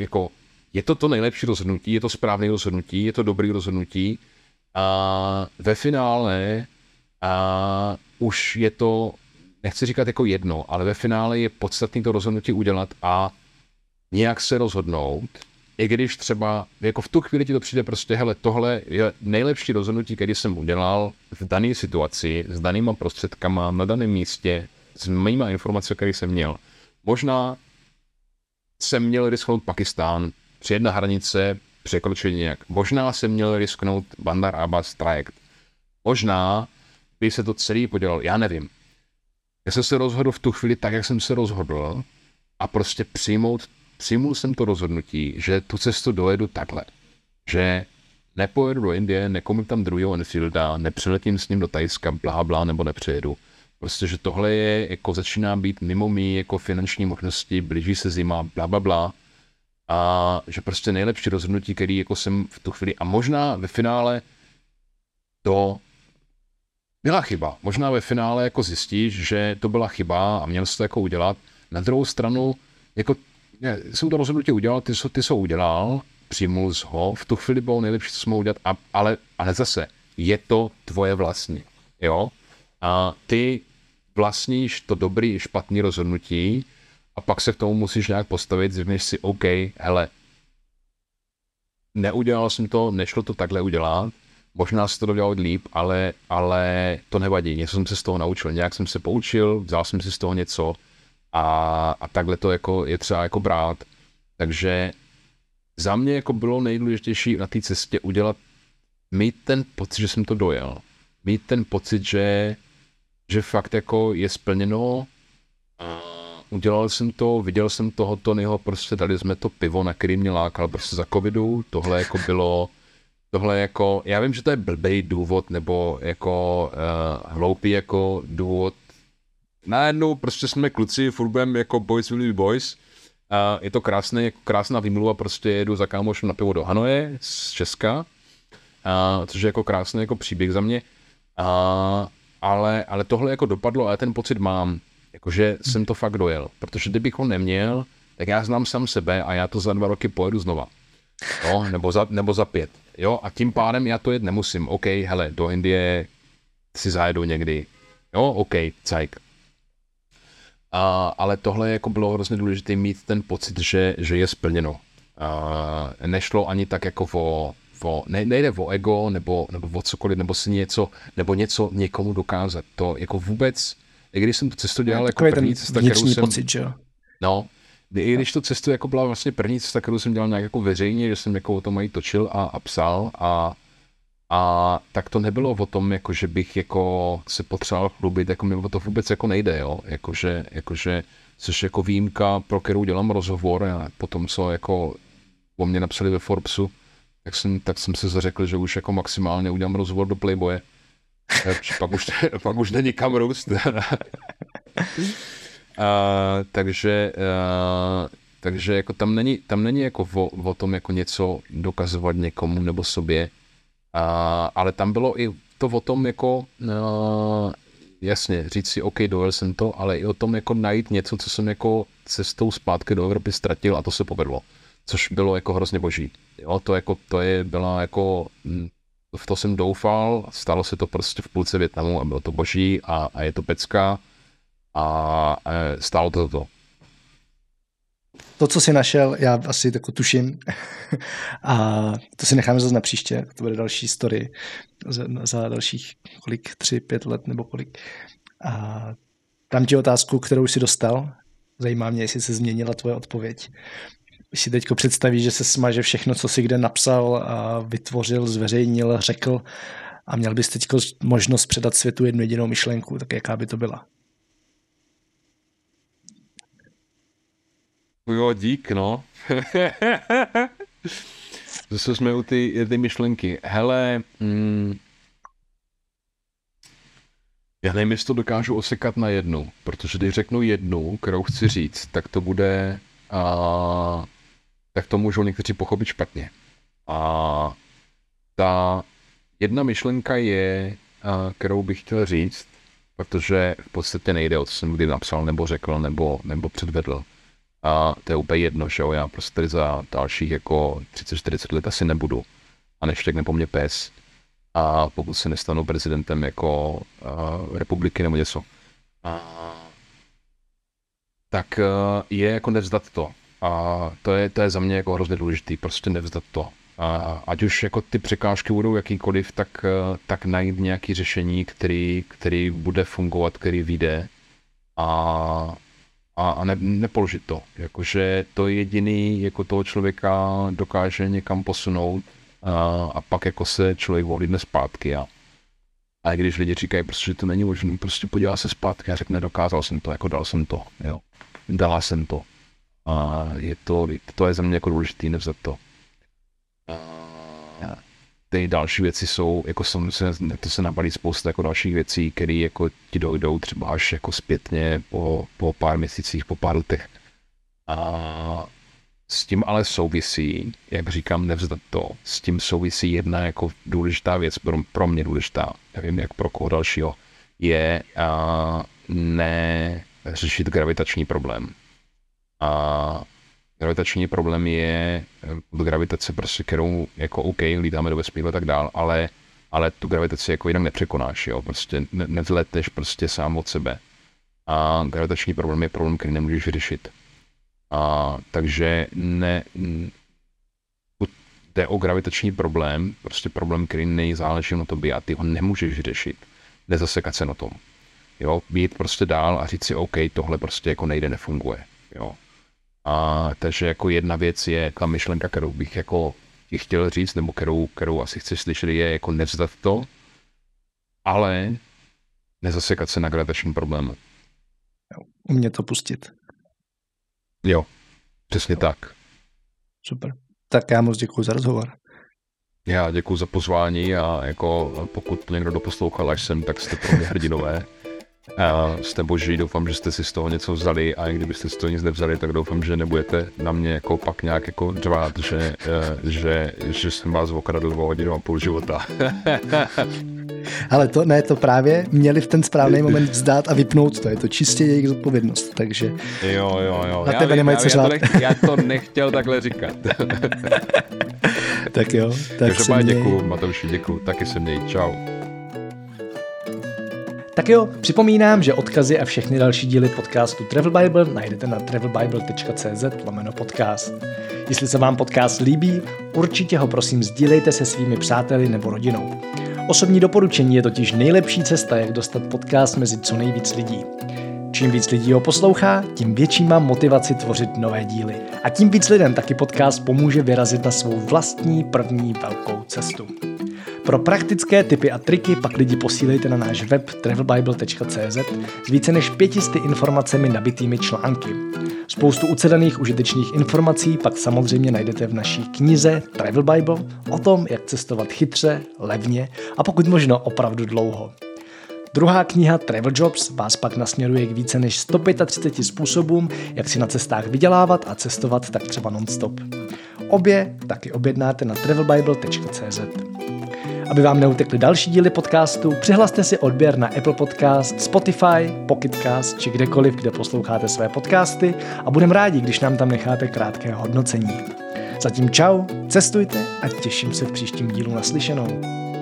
to nejlepší rozhodnutí, je to správné rozhodnutí, je to dobré rozhodnutí a ve finále už je to, nechci říkat jako jedno, ale ve finále je podstatné to rozhodnutí udělat a nějak se rozhodnout, i když třeba jako v tu chvíli ti to přijde prostě, hele, tohle je nejlepší rozhodnutí, který jsem udělal v dané situaci, s danýma prostředkama, na daném místě, s mýma informací, které jsem měl. Možná jsem měl risknout Pakistán, přijet na hranice, překročit nějak. Možná jsem měl risknout Bandar Abbas trajekt. Možná by se to celý podělal, já nevím. Já jsem se rozhodl v tu chvíli tak, jak jsem se rozhodl a prostě přijmul jsem to rozhodnutí, že tu cestu dojedu takhle. Že nepojedu do Indie, nekoupím tam druhého Enfielda, nepřiletím s ním do Thajska, blá, nebo nepřijedu. Prostě, že tohle je, jako začíná být mimo mý jako finanční možnosti, blíží se zima, bla. A že prostě nejlepší rozhodnutí, který jako jsem v tu chvíli, a možná ve finále to byla chyba. Možná ve finále jako zjistíš, že to byla chyba a měl jsi to jako udělat. Na druhou stranu, jako jsem to rozhodnutí udělal, ty jsi ho udělal, přijmul jsi ho, v tu chvíli bylo nejlepší, co jsi mohl udělat, ale zase, je to tvoje vlastní, jo? A ty vlastníš to dobrý i špatný rozhodnutí a pak se k tomu musíš nějak postavit, řekneš si, OK, hele, neudělal jsem to, nešlo to takhle udělat, možná se to udělal líp, ale to nevadí, něco jsem se z toho naučil, nějak jsem se poučil, vzal jsem si z toho něco a takhle to jako je třeba jako brát. Takže za mě jako bylo nejdůležitější na té cestě mít ten pocit, že jsem to dojel. Mít ten pocit, že fakt jako je splněno. Udělal jsem to, viděl jsem toho Tonyho, prostě dali jsme to pivo, na který mě lákal prostě za covidu. Tohle jako, já vím, že to je blbej důvod, nebo jako hloupý jako důvod. Najednou prostě jsme kluci, furt budeme jako boys will be boys. Je to krásná výmluva, prostě jedu za kámošem na pivo do Hanoje z Česka, což je jako krásný jako příběh za mě. Ale tohle jako dopadlo a já ten pocit mám, jakože jsem to fakt dojel, protože kdybych ho neměl, tak já znám sám sebe a já to za 2 roky pojedu znova. Jo, nebo za 5. Jo, a tím pádem já to jet nemusím. OK, hele, do Indie si zajedu někdy. Jo, OK, cajk. Ale tohle jako bylo hrozně důležité mít ten pocit, že je splněno. Nešlo ani tak jako nejde o ego, nebo o cokoliv, nebo si něco někomu dokázat. To jako vůbec, i když jsem tu cestu dělal jako první cesta, kterou jsem... pocit, že jo? No, i když tu cestu jako byla vlastně první cesta, kterou jsem dělal nějak jako veřejně, že jsem jako o tom i točil a psal a tak to nebylo o tom, jako že bych jako se potřeboval chlubit, jako mi o to vůbec jako nejde, jo, jakože což jako výjimka, pro kterou dělám rozhovor a potom co jako o mě napsali ve Forbesu, tak jsem se zařekl, že už jako maximálně udělám rozhovor do Playboye. pak už není kam růst. Takže jako tam není jako o tom jako něco dokazovat někomu nebo sobě, ale tam bylo i to o tom jako jasně říct si OK, dojel jsem to, ale i o tom jako najít něco, co jsem jako cestou zpátky do Evropy ztratil a to se povedlo, což bylo jako hrozně boží. Jo, byla jako v to jsem doufal, stalo se to prostě v půlce Vietnamu a bylo to boží a je to pecka a stálo to. To, co jsi našel, já asi tak tuším a to si necháme zase na příště, to bude další story za dalších 3-5 let nebo kolik. A dám ti otázku, kterou jsi dostal, zajímá mě, jestli se změnila tvoje odpověď. Když si teďko představíš, že se smaže všechno, co jsi kde napsal a vytvořil, zveřejnil, řekl a měl bys teďko možnost předat světu jednu jedinou myšlenku, tak jaká by to byla? Jo, dík, no. Zase jsme u ty myšlenky. Hele, já nevím, jestli to dokážu osekat na jednu, protože když řeknu jednu, kterou chci říct, tak to bude, tak to můžou někteří pochopit špatně. A ta jedna myšlenka je, kterou bych chtěl říct, protože v podstatě nejde o co jsem kdy napsal, nebo řekl, nebo předvedl. A to je úplně jedno, že jo, já prostě tady za dalších jako 30-40 let asi nebudu. A neštěkne po mně pes. A pokud se nestanu prezidentem jako republiky nebo něco. Tak je jako nevzdat to. A to je za mě jako hrozně důležitý, prostě nevzdat to. Ať už jako ty překážky budou jakýkoliv, tak najít nějaké řešení, který bude fungovat, který vyjde. a nepoložit to. Jakože to jediný jako toho člověka dokáže někam posunout a pak jako se člověk volí zpátky. A když lidi říkají, prostě, že to není možné, prostě podívá se zpátky a řekne, dokázal jsem to, jako dal jsem to, jo. Dala jsem to. A to je za mě jako důležitý, nevzat to. Ty další věci jsou, jako samozřejmě, to se nabalí spousta jako dalších věcí, které jako ti dojdou třeba až jako zpětně po pár měsících, po pár letech. A s tím ale souvisí, jak říkám, nevzdat to, s tím souvisí jedna jako důležitá věc, pro mě důležitá, nevím jak pro koho dalšího, je neřešit gravitační problém. A gravitační problém je gravitace, prostě, kterou jako OK, lítáme do vesmíru a tak dál, ale tu gravitaci jako jinak nepřekonáš, jo, prostě nevzletneš prostě sám od sebe. A gravitační problém je problém, který nemůžeš vyřešit. Takže jde o gravitační problém, prostě problém, který nezáleží na tobě a ty ho nemůžeš vyřešit. Nezasekat se na tom. Jo, být prostě dál a říct si OK, tohle prostě jako nejde, nefunguje. Jo. Takže jako jedna věc je ta myšlenka, kterou bych jako ti chtěl říct, nebo kterou asi chceš slyšet, je jako nevzdat to, ale nezasekat se na gravitační problém. Umět to pustit. Jo, přesně tak. Super. Tak já moc děkuji za rozhovor. Já děkuji za pozvání a jako pokud to někdo doposlouchal až sem, tak jste pro mě hrdinové. Jste boží, doufám, že jste si z toho něco vzali a i kdybyste si to nic nevzali, tak doufám, že nebudete na mě jako pak nějak jako řvát, že jsem vás okradl o 1,5 života. Ale to právě měli v ten správný moment vzdát a vypnout to, je to čistě jejich zodpovědnost, takže jo. Na tebe nemají co řvát. Já to nechtěl takhle říkat. Tak jo. Tak děkuju, Matouši, děkuju, taky se měj, čau. Tak jo, připomínám, že odkazy a všechny další díly podcastu Travel Bible najdete na travelbible.cz/podcast. Jestli se vám podcast líbí, určitě ho prosím sdílejte se svými přáteli nebo rodinou. Osobní doporučení je totiž nejlepší cesta, jak dostat podcast mezi co nejvíc lidí. Čím víc lidí ho poslouchá, tím větší mám motivaci tvořit nové díly. A tím víc lidem taky podcast pomůže vyrazit na svou vlastní první velkou cestu. Pro praktické tipy a triky pak lidi posílejte na náš web travelbible.cz s více než 500 informacemi nabitými články. Spoustu ucelených užitečných informací pak samozřejmě najdete v naší knize Travel Bible o tom, jak cestovat chytře, levně a pokud možno opravdu dlouho. Druhá kniha Travel Jobs vás pak nasměruje k více než 135 způsobům, jak si na cestách vydělávat a cestovat tak třeba non-stop. Obě taky objednáte na travelbible.cz. Aby vám neutekly další díly podcastu, přihlaste si odběr na Apple Podcast, Spotify, Pocketcast či kdekoliv, kde posloucháte své podcasty a budeme rádi, když nám tam necháte krátké hodnocení. Zatím čau, cestujte a těším se v příštím dílu naslyšenou.